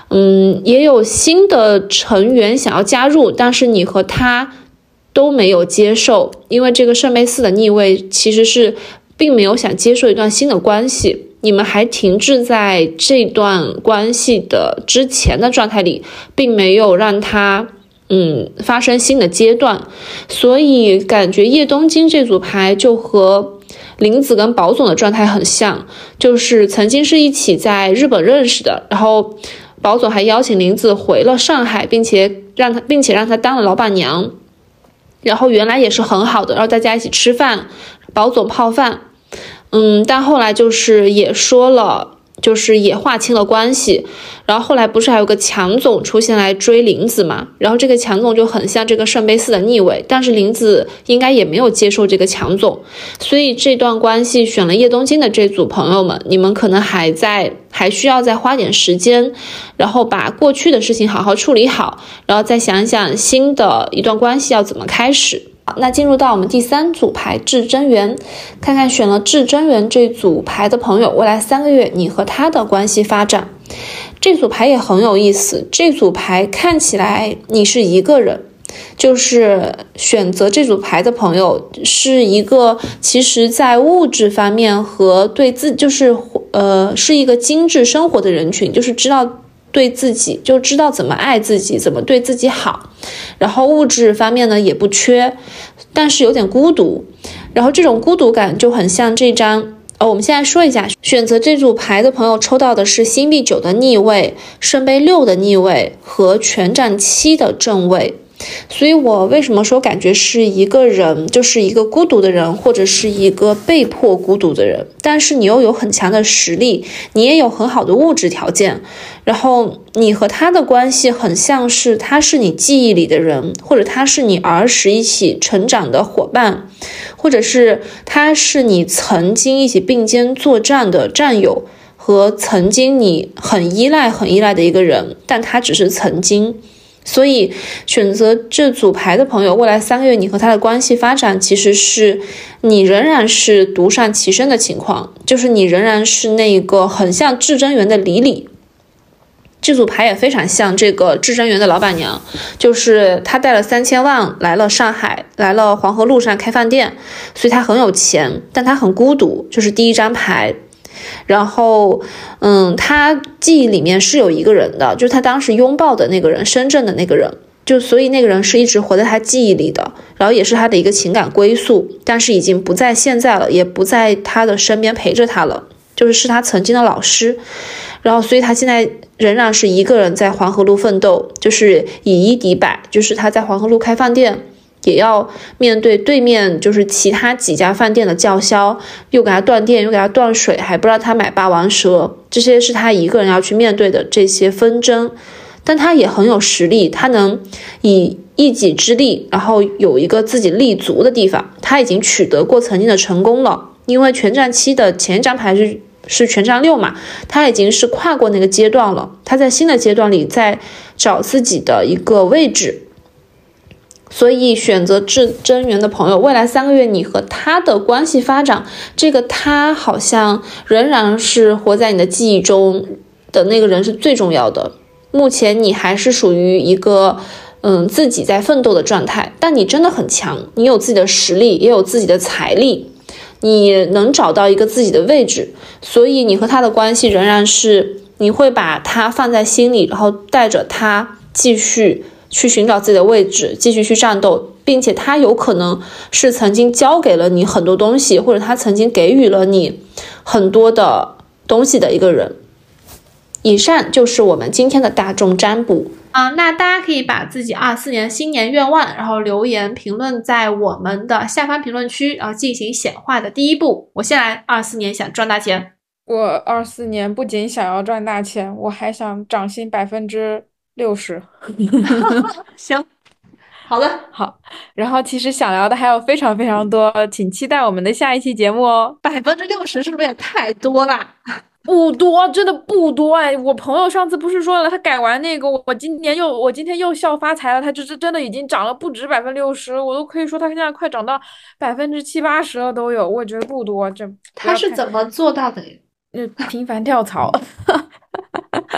嗯，也有新的成员想要加入，但是你和他都没有接受，因为这个圣杯四的逆位其实是并没有想接受一段新的关系，你们还停滞在这段关系的之前的状态里，并没有让他嗯发生新的阶段，所以感觉叶东京这组牌就和林子跟宝总的状态很像，就是曾经是一起在日本认识的，然后宝总还邀请林子回了上海，并且让他并且让他当了老板娘，然后原来也是很好的，然后大家一起吃饭，宝总泡饭，嗯，但后来就是也说了，就是也划清了关系，然后后来不是还有个强总出现来追林子嘛，然后这个强总就很像这个圣杯四的逆位，但是林子应该也没有接受这个强总，所以这段关系选了叶东京的这组朋友们，你们可能还在还需要再花点时间，然后把过去的事情好好处理好，然后再想想新的一段关系要怎么开始。那进入到我们第三组牌至真元，看看选了至真元这组牌的朋友，未来三个月你和他的关系发展。这组牌也很有意思，这组牌看起来你是一个人，就是选择这组牌的朋友是一个其实在物质方面和对自就是呃是一个精致生活的人群，就是知道对自己就知道怎么爱自己，怎么对自己好，然后物质方面呢也不缺，但是有点孤独，然后这种孤独感就很像这张呃，我们现在说一下，选择这组牌的朋友抽到的是星币九的逆位、圣杯六的逆位和权杖七的正位。所以我为什么说感觉是一个人，就是一个孤独的人，或者是一个被迫孤独的人，但是你又有很强的实力，你也有很好的物质条件，然后你和他的关系很像是他是你记忆里的人，或者他是你儿时一起成长的伙伴，或者是他是你曾经一起并肩作战的战友，和曾经你很依赖很依赖的一个人，但他只是曾经。所以选择这组牌的朋友，未来三个月你和他的关系发展，其实是你仍然是独善其身的情况，就是你仍然是那个很像至真园的李李。这组牌也非常像这个至真园的老板娘，就是她带了三千万来了上海，来了黄河路上开饭店，所以她很有钱，但她很孤独，就是第一张牌。然后嗯，他记忆里面是有一个人的，就是他当时拥抱的那个人，深圳的那个人，就所以那个人是一直活在他记忆里的，然后也是他的一个情感归宿，但是已经不在现在了，也不在他的身边陪着他了，就是是他曾经的老师，然后所以他现在仍然是一个人在黄河路奋斗，就是以一敌百，就是他在黄河路开饭店，也要面对对面就是其他几家饭店的叫嚣，又给他断电又给他断水，还不让他买霸王蛇，这些是他一个人要去面对的这些纷争。但他也很有实力，他能以一己之力，然后有一个自己立足的地方，他已经取得过曾经的成功了。因为权杖七的前一张牌是是权杖六嘛，他已经是跨过那个阶段了，他在新的阶段里在找自己的一个位置。所以选择至真园的朋友，未来三个月你和他的关系发展，这个他好像仍然是活在你的记忆中的那个人是最重要的。目前你还是属于一个嗯自己在奋斗的状态，但你真的很强，你有自己的实力，也有自己的财力，你能找到一个自己的位置，所以你和他的关系仍然是你会把他放在心里，然后带着他继续去寻找自己的位置，继续去战斗，并且他有可能是曾经教给了你很多东西，或者他曾经给予了你很多的东西的一个人。以上就是我们今天的大众占卜啊、呃，那大家可以把自己二四年新年愿望，然后留言评论在我们的下方评论区，然后进行显化的第一步。我先来，二四年想赚大钱。 我二四年不仅想要赚大钱，我还想涨薪百分之六十。 行，好的， 好。然后其实想聊的还有非常非常多，请期待我们的下一期节目哦。 百分之六十是不是也太多了？ 不多，真的不多哎！我朋友上次不是说了，他改完那个，我今年又我今天又笑发财了，他就是真的已经涨了不止百分之六十，我都可以说他现在快涨到百分之七八十了都有，我觉得不多。这他是怎么做到的？ 就频繁跳槽。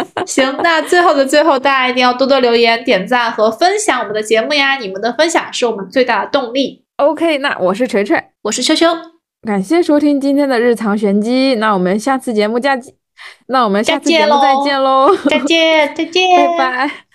行，那最后的最后，大家一定要多多留言、点赞和分享我们的节目呀！你们的分享是我们最大的动力。 OK， 那我是锤锤， 我是秋秋， 感谢收听今天的日常玄机。那我们下次节目再见，那我们下次节目再见喽！ 再见，再见， 拜拜。